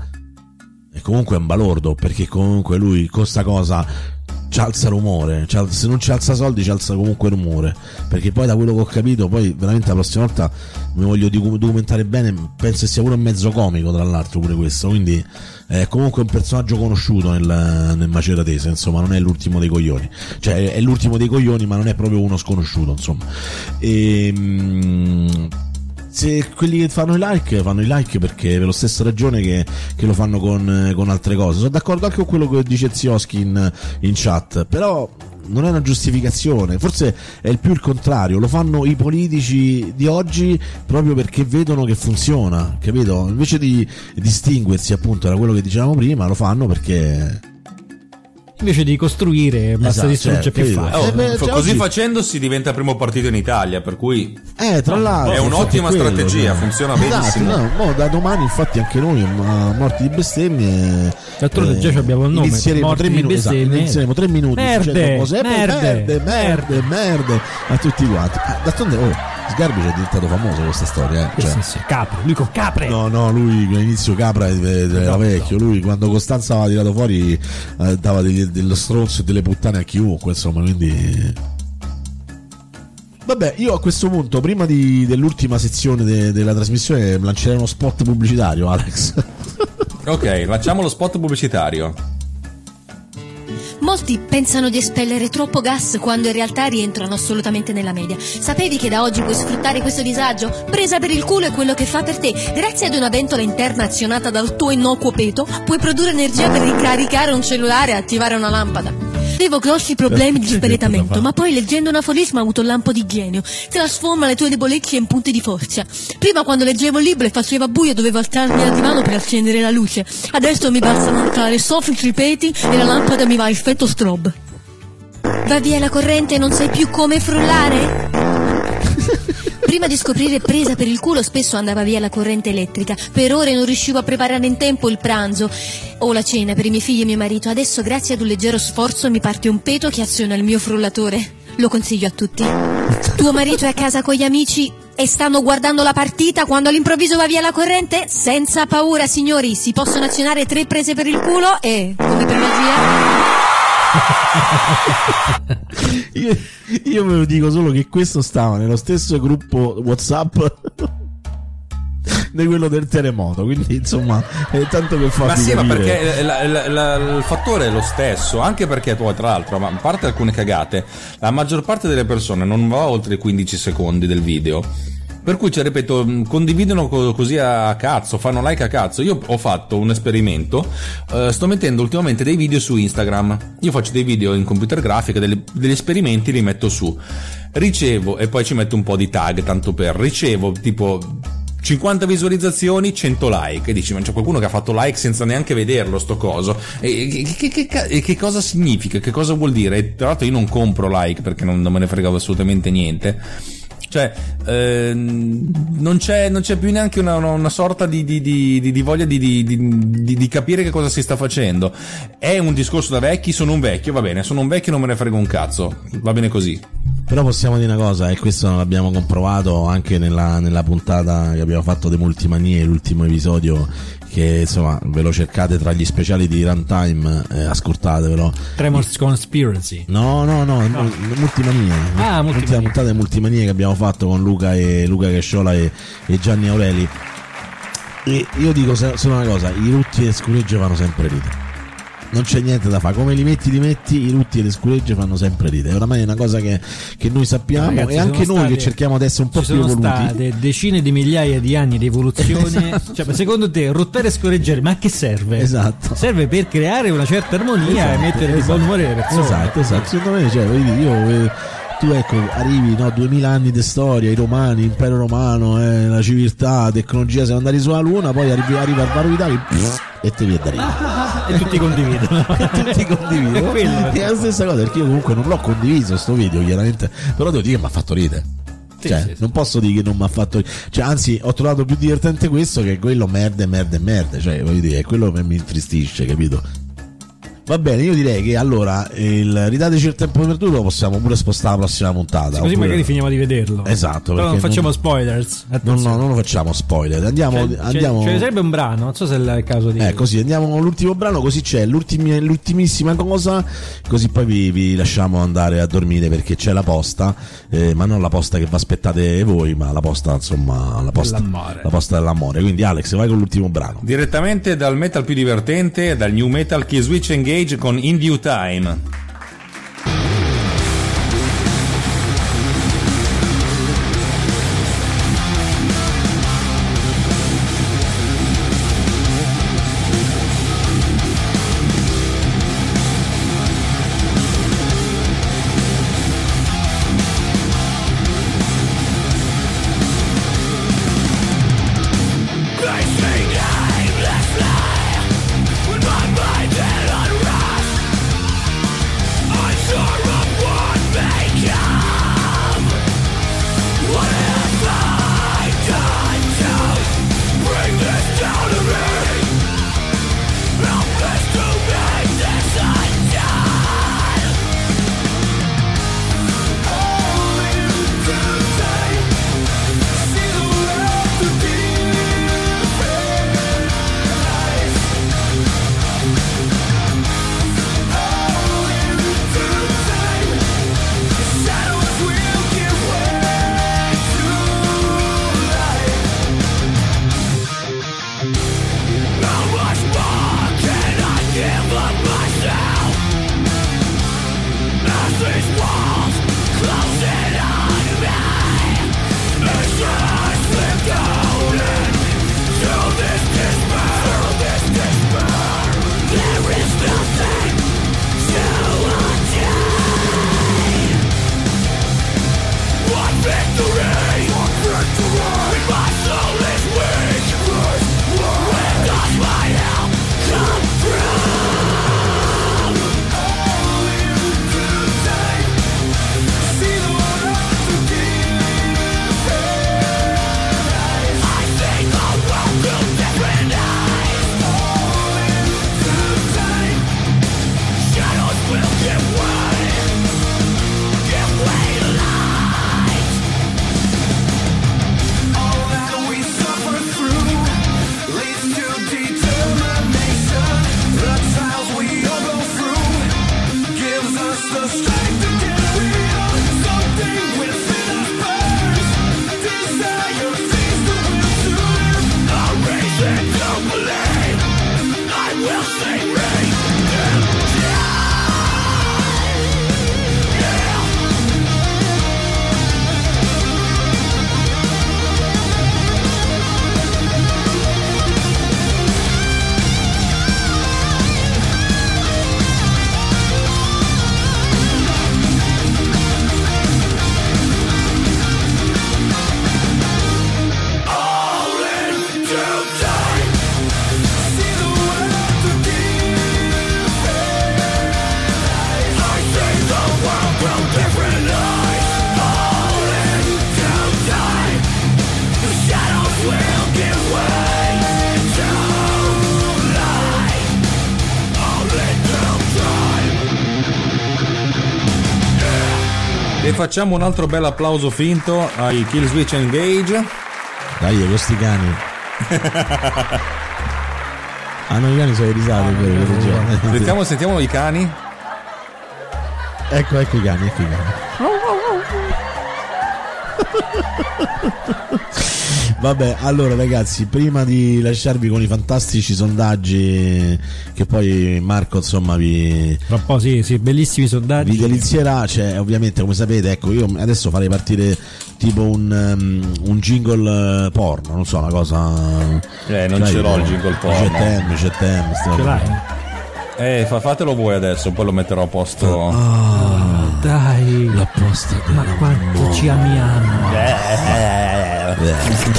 e comunque è un balordo, perché comunque lui con sta cosa ci alza rumore, ci alza, se non ci alza soldi ci alza comunque rumore, perché poi da quello che ho capito poi veramente la prossima volta mi voglio documentare bene, penso che sia pure un mezzo comico tra l'altro pure questo, quindi è comunque un personaggio conosciuto nel, nel maceratese, insomma non è l'ultimo dei coglioni, cioè è l'ultimo dei coglioni ma non è proprio uno sconosciuto, insomma. E, mh, se quelli che fanno i like fanno i like perché per la stessa ragione che, che lo fanno con, con altre cose, sono d'accordo anche con quello che dice Zioski in, in chat, però non è una giustificazione, forse è il più il contrario, lo fanno i politici di oggi proprio perché vedono che funziona, capito? Invece di distinguersi appunto da quello che dicevamo prima, lo fanno perché invece di costruire basta esatto, distruggere cioè, più capito? facile. Oh, Eh, beh, f- già così oggi- facendo si diventa primo partito in Italia, per cui Eh, tra l'altro è un'ottima infatti è quello, strategia, cioè. funziona Esatto, benissimo. no, mo da domani infatti anche noi a morti di bestemmie D'altronde già abbiamo il nome, inizieremo morti tre di minuti, esatto, bestemmie. inizieremo tre minuti Merde, dicendo cose, eh, merde, merde, merde, merde a tutti quanti. Ah, d'altronde oh, Sgarbi è diventato famoso questa storia, eh. Cioè, Sì, sì, capre, lui con capre. no, no, lui all'inizio Capra era vecchio, lui quando Costanza aveva tirato fuori eh, dava degli, dello stronzo e delle puttane a chiunque, insomma, quindi vabbè, io a questo punto prima di, dell'ultima sezione de, della trasmissione lancerei uno spot pubblicitario, Alex. Ok, facciamo lo spot pubblicitario. Molti pensano di espellere troppo gas quando in realtà rientrano assolutamente nella media. Sapevi che da oggi puoi sfruttare questo disagio? Presa per il culo è quello che fa per te. Grazie ad una ventola interna azionata dal tuo innocuo peto, puoi produrre energia per ricaricare un cellulare e attivare una lampada. Avevo grossi problemi di speletamento, ma poi leggendo un aforisma ho avuto un lampo di genio. Trasforma le tue debolezze in punti di forza. Prima quando leggevo il libro e faceva buio dovevo alzarmi dal divano per accendere la luce. Adesso mi bastano entrare soffici ripeti e la lampada mi va a effetto strobe. Va via la corrente e non sai più come frullare? Prima di scoprire presa per il culo spesso andava via la corrente elettrica. Per ore non riuscivo a preparare in tempo il pranzo o la cena per i miei figli e mio marito. Adesso grazie ad un leggero sforzo mi parte un peto che aziona il mio frullatore. Lo consiglio a tutti. Tuo marito è a casa con gli amici e stanno guardando la partita quando all'improvviso va via la corrente? Senza paura, signori, si possono azionare tre prese per il culo e, come per magia... io, io ve lo dico solo che questo stava nello stesso gruppo WhatsApp di quello del terremoto, quindi insomma è tanto per farvi Ma sì, capire. ma perché la, la, la, il fattore è lo stesso, anche perché poi tra l'altro, ma a parte alcune cagate, la maggior parte delle persone non va oltre i quindici secondi del video. Per cui, cioè, ripeto, condividono co- così a cazzo, fanno like a cazzo. Io ho fatto un esperimento, uh, sto mettendo ultimamente dei video su Instagram. Io faccio dei video in computer grafica, delle, degli esperimenti li metto su. Ricevo, e poi ci metto un po' di tag, tanto per, ricevo tipo cinquanta visualizzazioni, cento like. E dici, ma c'è qualcuno che ha fatto like senza neanche vederlo sto coso. E che, che, che, che cosa significa? Che cosa vuol dire? E tra l'altro io non compro like perché non, non me ne fregavo assolutamente niente. Cioè eh, non c'è non c'è più neanche una, una, una sorta di, di, di, di voglia di, di, di, di capire che cosa si sta facendo. È un discorso da vecchi, sono un vecchio, va bene, sono un vecchio, non me ne frego un cazzo, va bene così. Però possiamo dire una cosa, e questo l'abbiamo comprovato anche nella, nella puntata che abbiamo fatto dei Multimanie, l'ultimo episodio, che insomma ve lo cercate tra gli speciali di Runtime, eh, ascoltatevelo. Tremors Conspiracy. No, no, no, no. Multimanie. Ah, Multimanie. L'ultima puntata di Multimanie che abbiamo fatto con Luca e Luca Casciola e, e Gianni Aureli. E io dico solo una cosa, i rutti e scuregge vanno sempre rite. non c'è niente da fare, come li metti li metti, i lutti e le scuregge fanno sempre ridere, oramai è una cosa che, che noi sappiamo. Ragazzi, e anche noi state, che cerchiamo di essere un po' più evoluti. Ci sono state decine di migliaia di anni di evoluzione. Esatto. Cioè, secondo te ruttare e scorreggere, ma a che serve? Esatto, serve per creare una certa armonia, esatto, e mettere esatto, di buon umore le persone. esatto, esatto. Secondo me, cioè, voglio dire, io eh, tu ecco arrivi, no, duemila anni di storia, i romani, impero romano, eh, la civiltà, tecnologia, siamo andati sulla luna, poi arrivi, arriva Alvaro Vitali e te viene da ridere. E tutti condividono. E tutti condividono. È, è la stessa cosa, perché io comunque non l'ho condiviso sto video, chiaramente, però devo dire che mi ha fatto ridere. Sì, cioè, sì, sì. non posso dire che non mi ha fatto ridere. Cioè, anzi, ho trovato più divertente questo che quello merda, merda, merda. Cioè, voglio dire, è quello che mi intristisce, capito? Va bene, io direi che allora il ridateci il tempo perduto lo possiamo pure spostare alla prossima puntata. Sì, così oppure... magari finiamo di vederlo. Esatto. Però non facciamo non... spoilers. No, no, non lo facciamo spoiler. Andiamo. Cioè, andiamo... Cioè, sarebbe un brano, non so se è il caso di. Eh, così andiamo con l'ultimo brano, così c'è l'ultimi, l'ultimissima cosa, così poi vi, vi lasciamo andare a dormire perché c'è la posta, eh, ma non la posta che vi aspettate voi, ma la posta, insomma, la posta dell'amore. La posta dell'amore. Quindi Alex, vai con l'ultimo brano. Direttamente dal metal più divertente, dal new metal, Killswitch Engage con In Due Time. E facciamo un altro bel applauso finto ai Killswitch Engage. Dai, questi cani. Ah no, i cani sono i risate. Ah, no, sentiamo, sentiamo i cani. Ecco, ecco i cani, ecco i cani. Vabbè, allora ragazzi, prima di lasciarvi con i fantastici sondaggi che poi Marco insomma vi tra un po' sì, sì, bellissimi sondaggi, vi delizierà, cioè ovviamente come sapete, ecco, io adesso farei partire tipo un, um, un jingle porno, non so, una cosa eh non ce l'ho il jingle porno, c'è tempo, c'è tempo, ce l'hai? Eh, fatelo voi adesso, poi lo metterò a posto. Oh, dai, la posta, ma quanto ci amiamo. Eh, eh.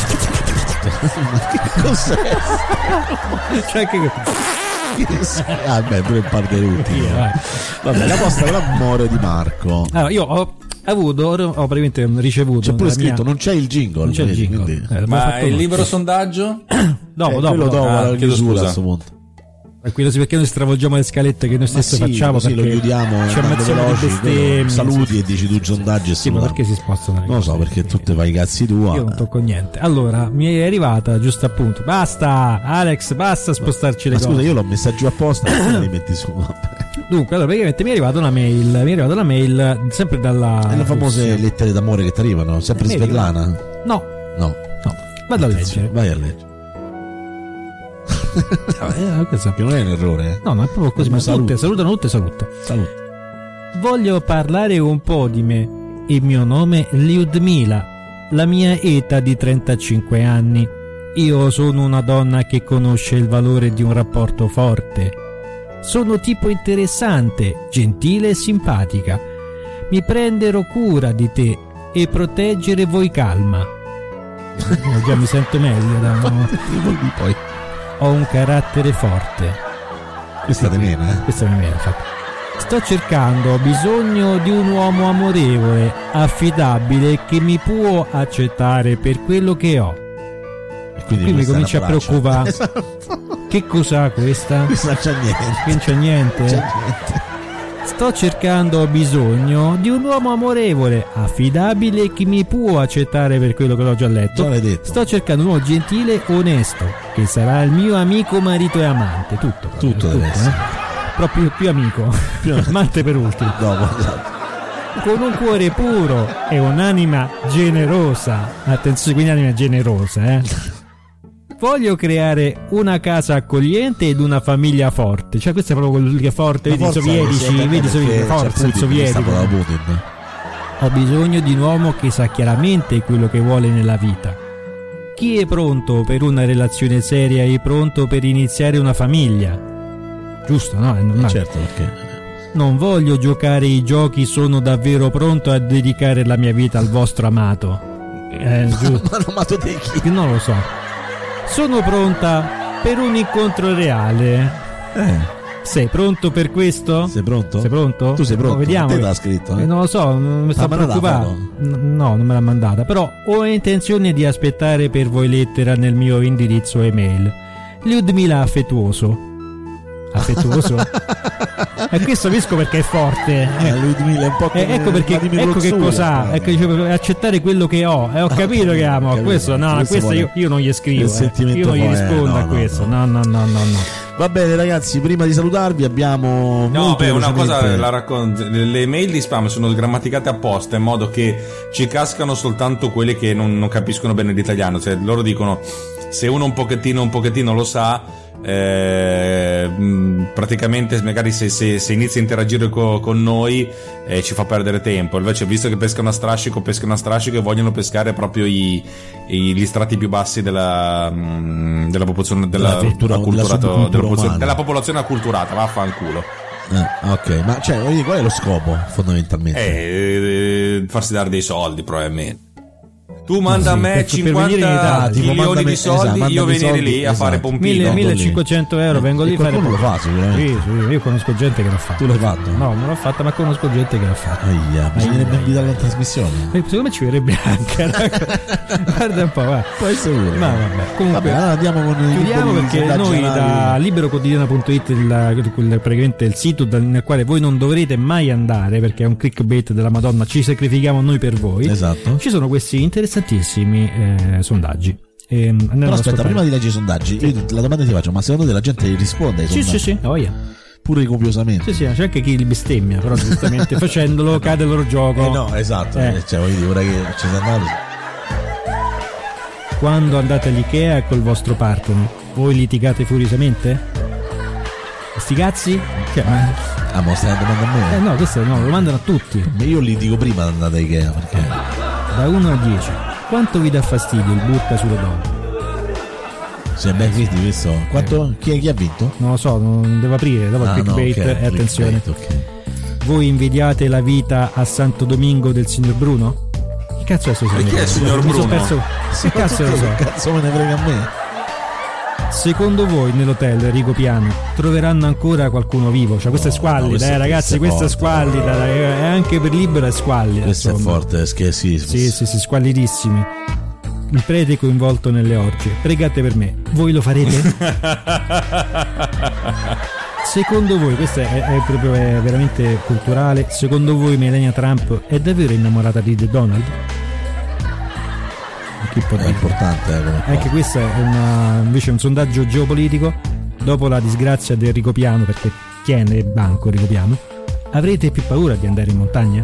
Che cos'è? Cioè che ah beh, pure un par di rutti. Vabbè, la posta dell'amore di Marco. Allora, io ho avuto, ho praticamente ricevuto. C'è pure scritto, mia... non c'è il jingle. Non c'è il jingle. Quindi... Eh, ma il libero sondaggio? dopo, eh, dopo, quello dopo, ah, la chiusura a questo punto. E quello sì, perché noi stravolgiamo le scalette che noi stessi sì, facciamo, così perché lo chiudiamo, ci ammazziamo di bestemmie, saluti sì, e dici tu sondaggi e sì, ma perché si spostano le non lo so, cose? perché tu te fai i cazzi tua. Io non tocco niente. Allora, mi è arrivata giusto appunto. Basta, Alex, basta spostarci le ma cose. scusa, io l'ho messo giù apposta, perché li metti su? Dunque, allora praticamente mi è arrivata una mail, mi è arrivata una mail sempre dalla e le famose Russia. Lettere d'amore che ti arrivano, sempre Svetlana? No. No. No. Vado a leggere. Vai a leggere. Eh, questo non è un errore, eh? No, no, è proprio così. Ma tutte, salutano tutte, salute. Salute. Voglio parlare un po' di me. Il mio nome è Lyudmila, la mia età di trentacinque anni. Io sono una donna che conosce il valore di un rapporto forte. Sono tipo interessante, gentile e simpatica. Mi prenderò cura di te e proteggere voi calma. Già mi sento meglio da no? Poi ho un carattere forte. Questa è mena, eh? Questa è mena, infatti. Sto cercando, ho bisogno di un uomo amorevole, affidabile, che mi può accettare per quello che ho. E quindi qui mi comincia a preoccupare. Esatto. Che cos'ha questa? Questa c'è niente. Non c'è niente. C'è niente. Sto cercando, ho bisogno di un uomo amorevole, affidabile, che mi può accettare per quello che l'ho già letto. Già l'hai detto. Sto cercando un uomo gentile, onesto, che sarà il mio amico, marito e amante. Tutto. Tutto, tutto deve essere. Eh? Proprio più amico. Più amante per ultimo. Dopo, esatto. Con un cuore puro e un'anima generosa. Attenzione, quindi anima generosa, eh. Voglio creare una casa accogliente ed una famiglia forte. Cioè questo è proprio quello che è forte. Vedi i sovietici, vedi i sovietici, forza il sovietico. Ho bisogno di un uomo che sa chiaramente quello che vuole nella vita. Chi è pronto per una relazione seria è pronto per iniziare una famiglia. Giusto, no? È normale. Certo, perché non voglio giocare i giochi, sono davvero pronto a dedicare la mia vita al vostro amato. Eh, giusto. Ma amato di chi? Non lo so. Sono pronta per un incontro reale. Eh. Sei pronto per questo? Sei pronto? Sei pronto? Tu sei pronto? No, vediamo. Te l'ha scritto? Eh? Eh, non lo so, mi sta preoccupando. No, non me l'ha mandata. Però ho intenzione di aspettare per voi lettera nel mio indirizzo email. Lyudmila affettuoso. Affettuoso? E questo capisco perché è forte. Eh, Lyudmila è un po' eh, ecco perché ecco che cos'ha. Ecco, dice, accettare quello che ho. E eh, ho capito che amo. Questo no, questo, questo io, io non gli scrivo. Eh. Io non gli rispondo eh, no, a questo. No no, no, no, no, no. Va bene ragazzi, prima di salutarvi abbiamo no beh una cosa la raccon- le mail di spam sono grammaticate apposta in modo che ci cascano soltanto quelle che non, non capiscono bene l'italiano, cioè loro dicono se uno un pochettino un pochettino lo sa eh, praticamente magari se, se, se inizia a interagire co, con noi eh, ci fa perdere tempo, invece visto che pescano a strascico pescano a strascico e vogliono pescare proprio i, i, gli strati più bassi della, della popolazione della, cultura, della, della, della, popolazione, della popolazione acculturata, vaffanculo. Eh, ok, ma cioè qual è lo scopo fondamentalmente? Eh, farsi dare dei soldi probabilmente. Tu manda sì, a me cinquanta milioni di soldi, esatto, io venire soldi, lì a esatto. fare pompino. millecinquecento euro vengo lì a fare pompino. Lo fa sicuramente. Sì, sì, io conosco gente che l'ha fatto. Tu l'hai fatto? No, non l'ho fatta, ma conosco gente che l'ha fatto. Aia, bisognerebbe invitare alla trasmissione. Eh, secondo me ci verrebbe anche. Guarda un po', va. Può essere uno. Ma vabbè. Comunque, vabbè, allora andiamo con chiudiamo perché noi da liberoquotidiana punto it il, il, praticamente il sito nel quale voi non dovrete mai andare perché è un clickbait della Madonna, ci sacrifichiamo noi per voi. Esatto. Ci sono questi interessantissimi eh, sondaggi. E, però aspetta, prima di leggere i sondaggi, sì. io la domanda ti faccio, ma secondo te la gente risponde ai sì, sondaggi? Sì, sì, oh yeah. Pure copiosamente. Sì, sì, c'è anche chi li bestemmia, però giustamente facendolo cade il loro gioco. Eh no, esatto, eh. cioè voglio dire, ora che ci sei andato. quando andate all'Ikea col vostro partner, voi litigate furiosamente? Sti cazzi? Che, ma... Ah, ma stai domandando a me? Eh no, questo no, lo mandano a tutti. Ma io li dico prima di andare a Ikea, perché... Da uno a dieci, quanto vi dà fastidio il burka sulle donne? Sì, beh, quindi questo... Quanto? Chi, chi ha vinto? Non lo so, non devo aprire, dopo ah, il clickbait, no, okay, e attenzione. Clickbait, okay. Voi invidiate la vita a Santo Domingo del signor Bruno? Che cazzo è sto signor Bruno? Chi è il signor Bruno? Perso... Che cazzo lo so? Che cazzo me ne frega a me? Secondo voi nell'hotel Rigo Piano troveranno ancora qualcuno vivo? Cioè questa no, è squallida, no, eh, ragazzi, questa è squallida, dai, è anche per libero è squallida. Questa insomma. È forte, che sì, sì, sì, sì, squallidissimi. Il prete coinvolto nelle orge. Pregate per me. Voi lo farete? Secondo voi, questo è, è proprio è veramente culturale, secondo voi Melania Trump è davvero innamorata di The Donald? Che è importante, eh, come anche questo è una, invece un sondaggio geopolitico. Dopo la disgrazia del Rigopiano, perché tiene il banco Rigopiano, avrete più paura di andare in montagna?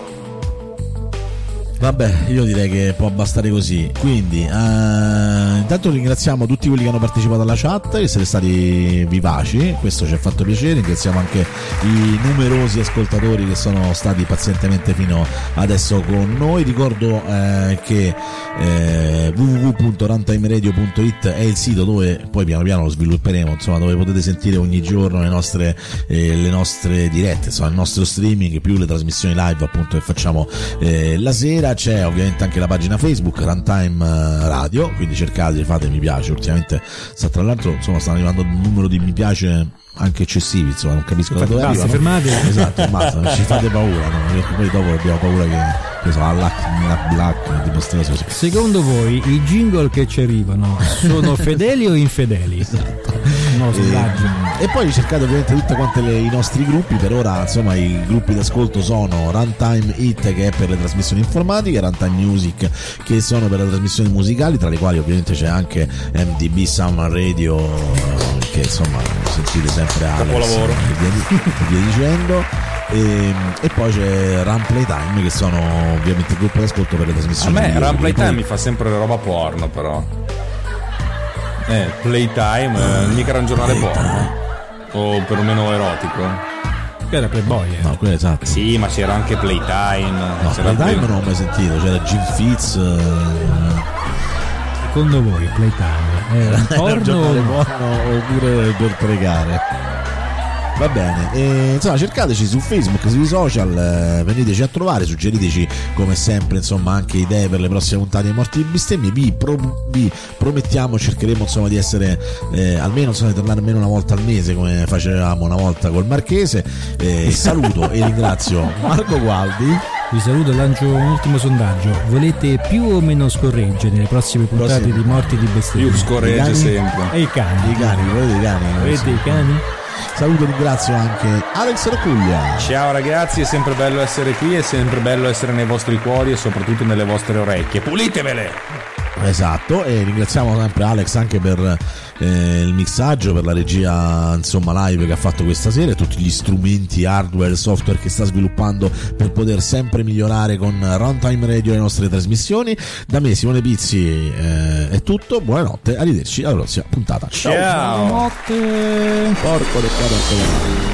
Vabbè, io direi che può bastare così. Quindi, uh, intanto ringraziamo tutti quelli che hanno partecipato alla chat, che siete stati vivaci, questo ci ha fatto piacere. Ringraziamo anche i numerosi ascoltatori che sono stati pazientemente fino adesso con noi. Ricordo eh, che eh, w w w punto runtimeradio punto it è il sito dove poi piano piano lo svilupperemo, insomma, dove potete sentire ogni giorno le nostre, eh, le nostre dirette, insomma, il nostro streaming più le trasmissioni live appunto che facciamo eh, la sera. C'è ovviamente anche la pagina Facebook Runtime Radio, quindi cercate, fate mi piace. Ultimamente sta, tra l'altro, insomma, stanno arrivando un numero di mi piace anche eccessivi, insomma, non capisco da dove arrivano. Fermate. Esatto, basta, non ci fate paura, no? Perché poi dopo abbiamo paura che, che so, alla black, tipo ste cose. Secondo voi i jingle che ci arrivano sono fedeli o infedeli? Esatto. No, e, e poi cercate ovviamente tutte quante le, i nostri gruppi. Per ora, insomma, i gruppi d'ascolto sono Runtime It, che è per le trasmissioni informatiche, Runtime Music, che sono per le trasmissioni musicali, tra le quali ovviamente c'è anche M D B Summer Radio, che insomma sentite sempre Alex e via, via dicendo. E, e poi c'è Run Playtime, che sono ovviamente il gruppo d'ascolto per le trasmissioni. A me Run Playtime poi... mi fa sempre roba porno, però. Eh, Playtime, eh, mica era un giornale porno. O perlomeno erotico. Che era Playboy, eh. No, quello esatto. Sì, ma c'era anche Playtime. No, c'era Playtime play... non ho mai sentito, c'era Jim Fitz. Eh... Secondo voi Playtime era un porno, porno oppure per pregare? Va bene, e, insomma, cercateci su Facebook, sui social, eh, veniteci a trovare, suggeriteci come sempre, insomma, anche idee per le prossime puntate di Morti di Bestemmie. Vi, pro, vi promettiamo, cercheremo insomma di essere eh, almeno, insomma, di tornare almeno una volta al mese come facevamo una volta col Marchese. Eh, saluto e ringrazio Marco Gualdi. Vi saluto e lancio un ultimo sondaggio. Volete più o meno scorregge nelle prossime puntate Prossimo. di Morti di Bestemmie? Più scorregge sempre. E i cani? I cani, volete i cani? Volete i cani? Saluto e ringrazio anche Alex Racuglia. Ciao ragazzi, è sempre bello essere qui, è sempre bello essere nei vostri cuori e soprattutto nelle vostre orecchie. Pulitevele! Esatto, e ringraziamo sempre Alex anche per eh, il mixaggio, per la regia insomma live che ha fatto questa sera e tutti gli strumenti, hardware, software che sta sviluppando per poter sempre migliorare con Runtime Radio le nostre trasmissioni. Da me Simone Pizzi eh, è tutto, buonanotte, arrivederci alla prossima puntata. Ciao! Ciao. Buonanotte! Porco de caro.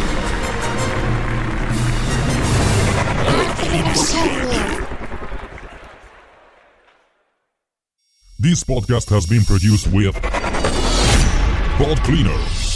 This podcast has been produced with Pod Cleaner.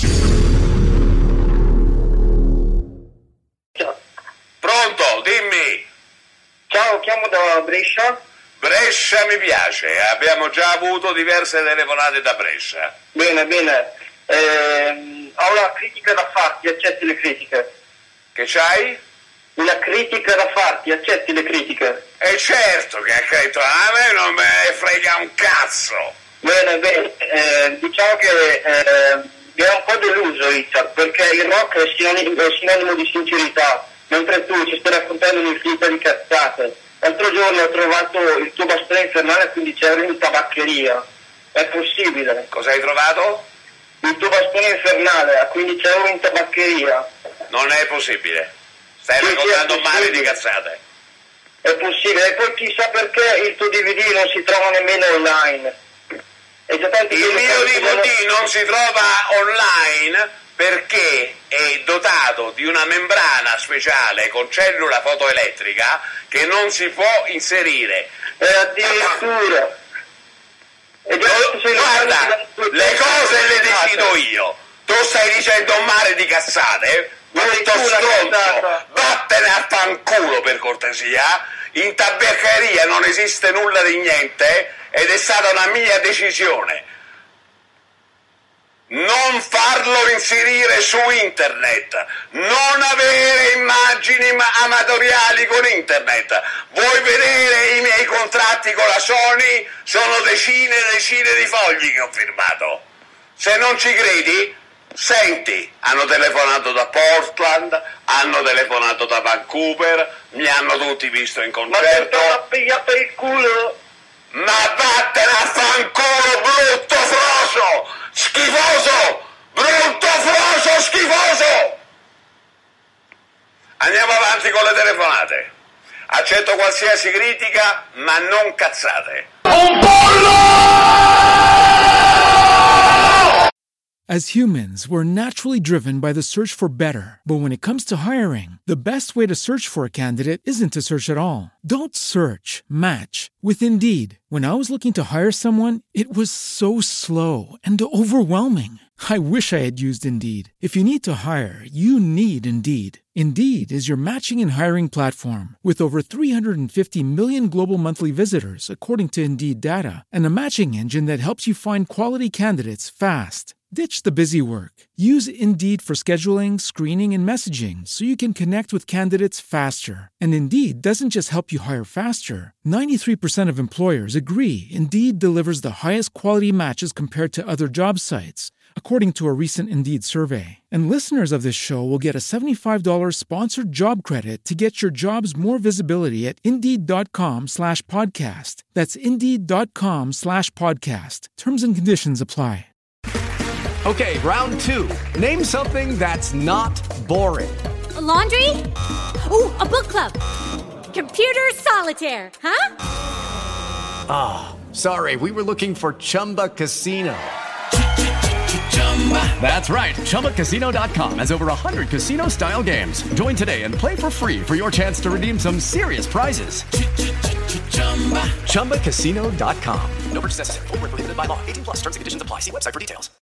Pronto, dimmi. Ciao, chiamo da Brescia. Brescia mi piace, abbiamo già avuto diverse telefonate da Brescia. Bene, bene. Eh, ho una critica da farti, accetti le critiche. Che c'hai? Una critica da farti, accetti le critiche. E certo che accredito, a me non me ne frega un cazzo. Bene, bene, eh, diciamo che eh, mi è un po' deluso Richard, perché il rock è sinonimo, è sinonimo di sincerità, mentre tu ci stai raccontando un'infinità di cazzate. L'altro giorno ho trovato il tuo bastone infernale a quindici euro in tabaccheria. È possibile? Cosa hai trovato? Il tuo bastone infernale a quindici euro in tabaccheria. Non è possibile. Stai sì, raccontando sì, male di cazzate. È possibile, e poi chissà perché il tuo D V D non si trova nemmeno online. esattamente il mio D V D non si trova online perché è dotato di una membrana speciale con cellula fotoelettrica che non si può inserire. E addirittura e guarda, le cose le decido io. Tu stai dicendo un mare di cazzate, ma sto stronzo, vattene a fanculo per cortesia. In tabaccheria non esiste nulla di niente ed è stata una mia decisione non farlo inserire su internet, non avere immagini amatoriali con internet. Vuoi vedere i miei contratti con la Sony? Sono decine e decine di fogli che ho firmato. Se non ci credi, senti, hanno telefonato da Portland, hanno telefonato da Vancouver, mi hanno tutti visto in concerto. Ma ti per il culo. Ma vattene a fanculo, brutto froso, schifoso, brutto froso, schifoso. Andiamo avanti con le telefonate. Accetto qualsiasi critica, ma non cazzate. Un pollo! As humans, we're naturally driven by the search for better. But when it comes to hiring, the best way to search for a candidate isn't to search at all. Don't search, match with Indeed. When I was looking to hire someone, it was so slow and overwhelming. I wish I had used Indeed. If you need to hire, you need Indeed. Indeed is your matching and hiring platform with over three hundred fifty million global monthly visitors, according to Indeed data, and a matching engine that helps you find quality candidates fast. Ditch the busy work. Use Indeed for scheduling, screening, and messaging so you can connect with candidates faster. And Indeed doesn't just help you hire faster. ninety-three percent of employers agree Indeed delivers the highest quality matches compared to other job sites, according to a recent Indeed survey. And listeners of this show will get a seventy-five dollars sponsored job credit to get your jobs more visibility at Indeed.com slash podcast. That's Indeed.com slash podcast. Terms and conditions apply. Okay, round two. Name something that's not boring. A laundry? Ooh, a book club. Computer solitaire, huh? Ah, oh, sorry, we were looking for Chumba Casino. That's right, Chumba Casino dot com has over one hundred casino-style games. Join today and play for free for your chance to redeem some serious prizes. Chumba Casino dot com. No purchase necessary. Void where prohibited by law. eighteen plus terms and conditions apply. See website for details.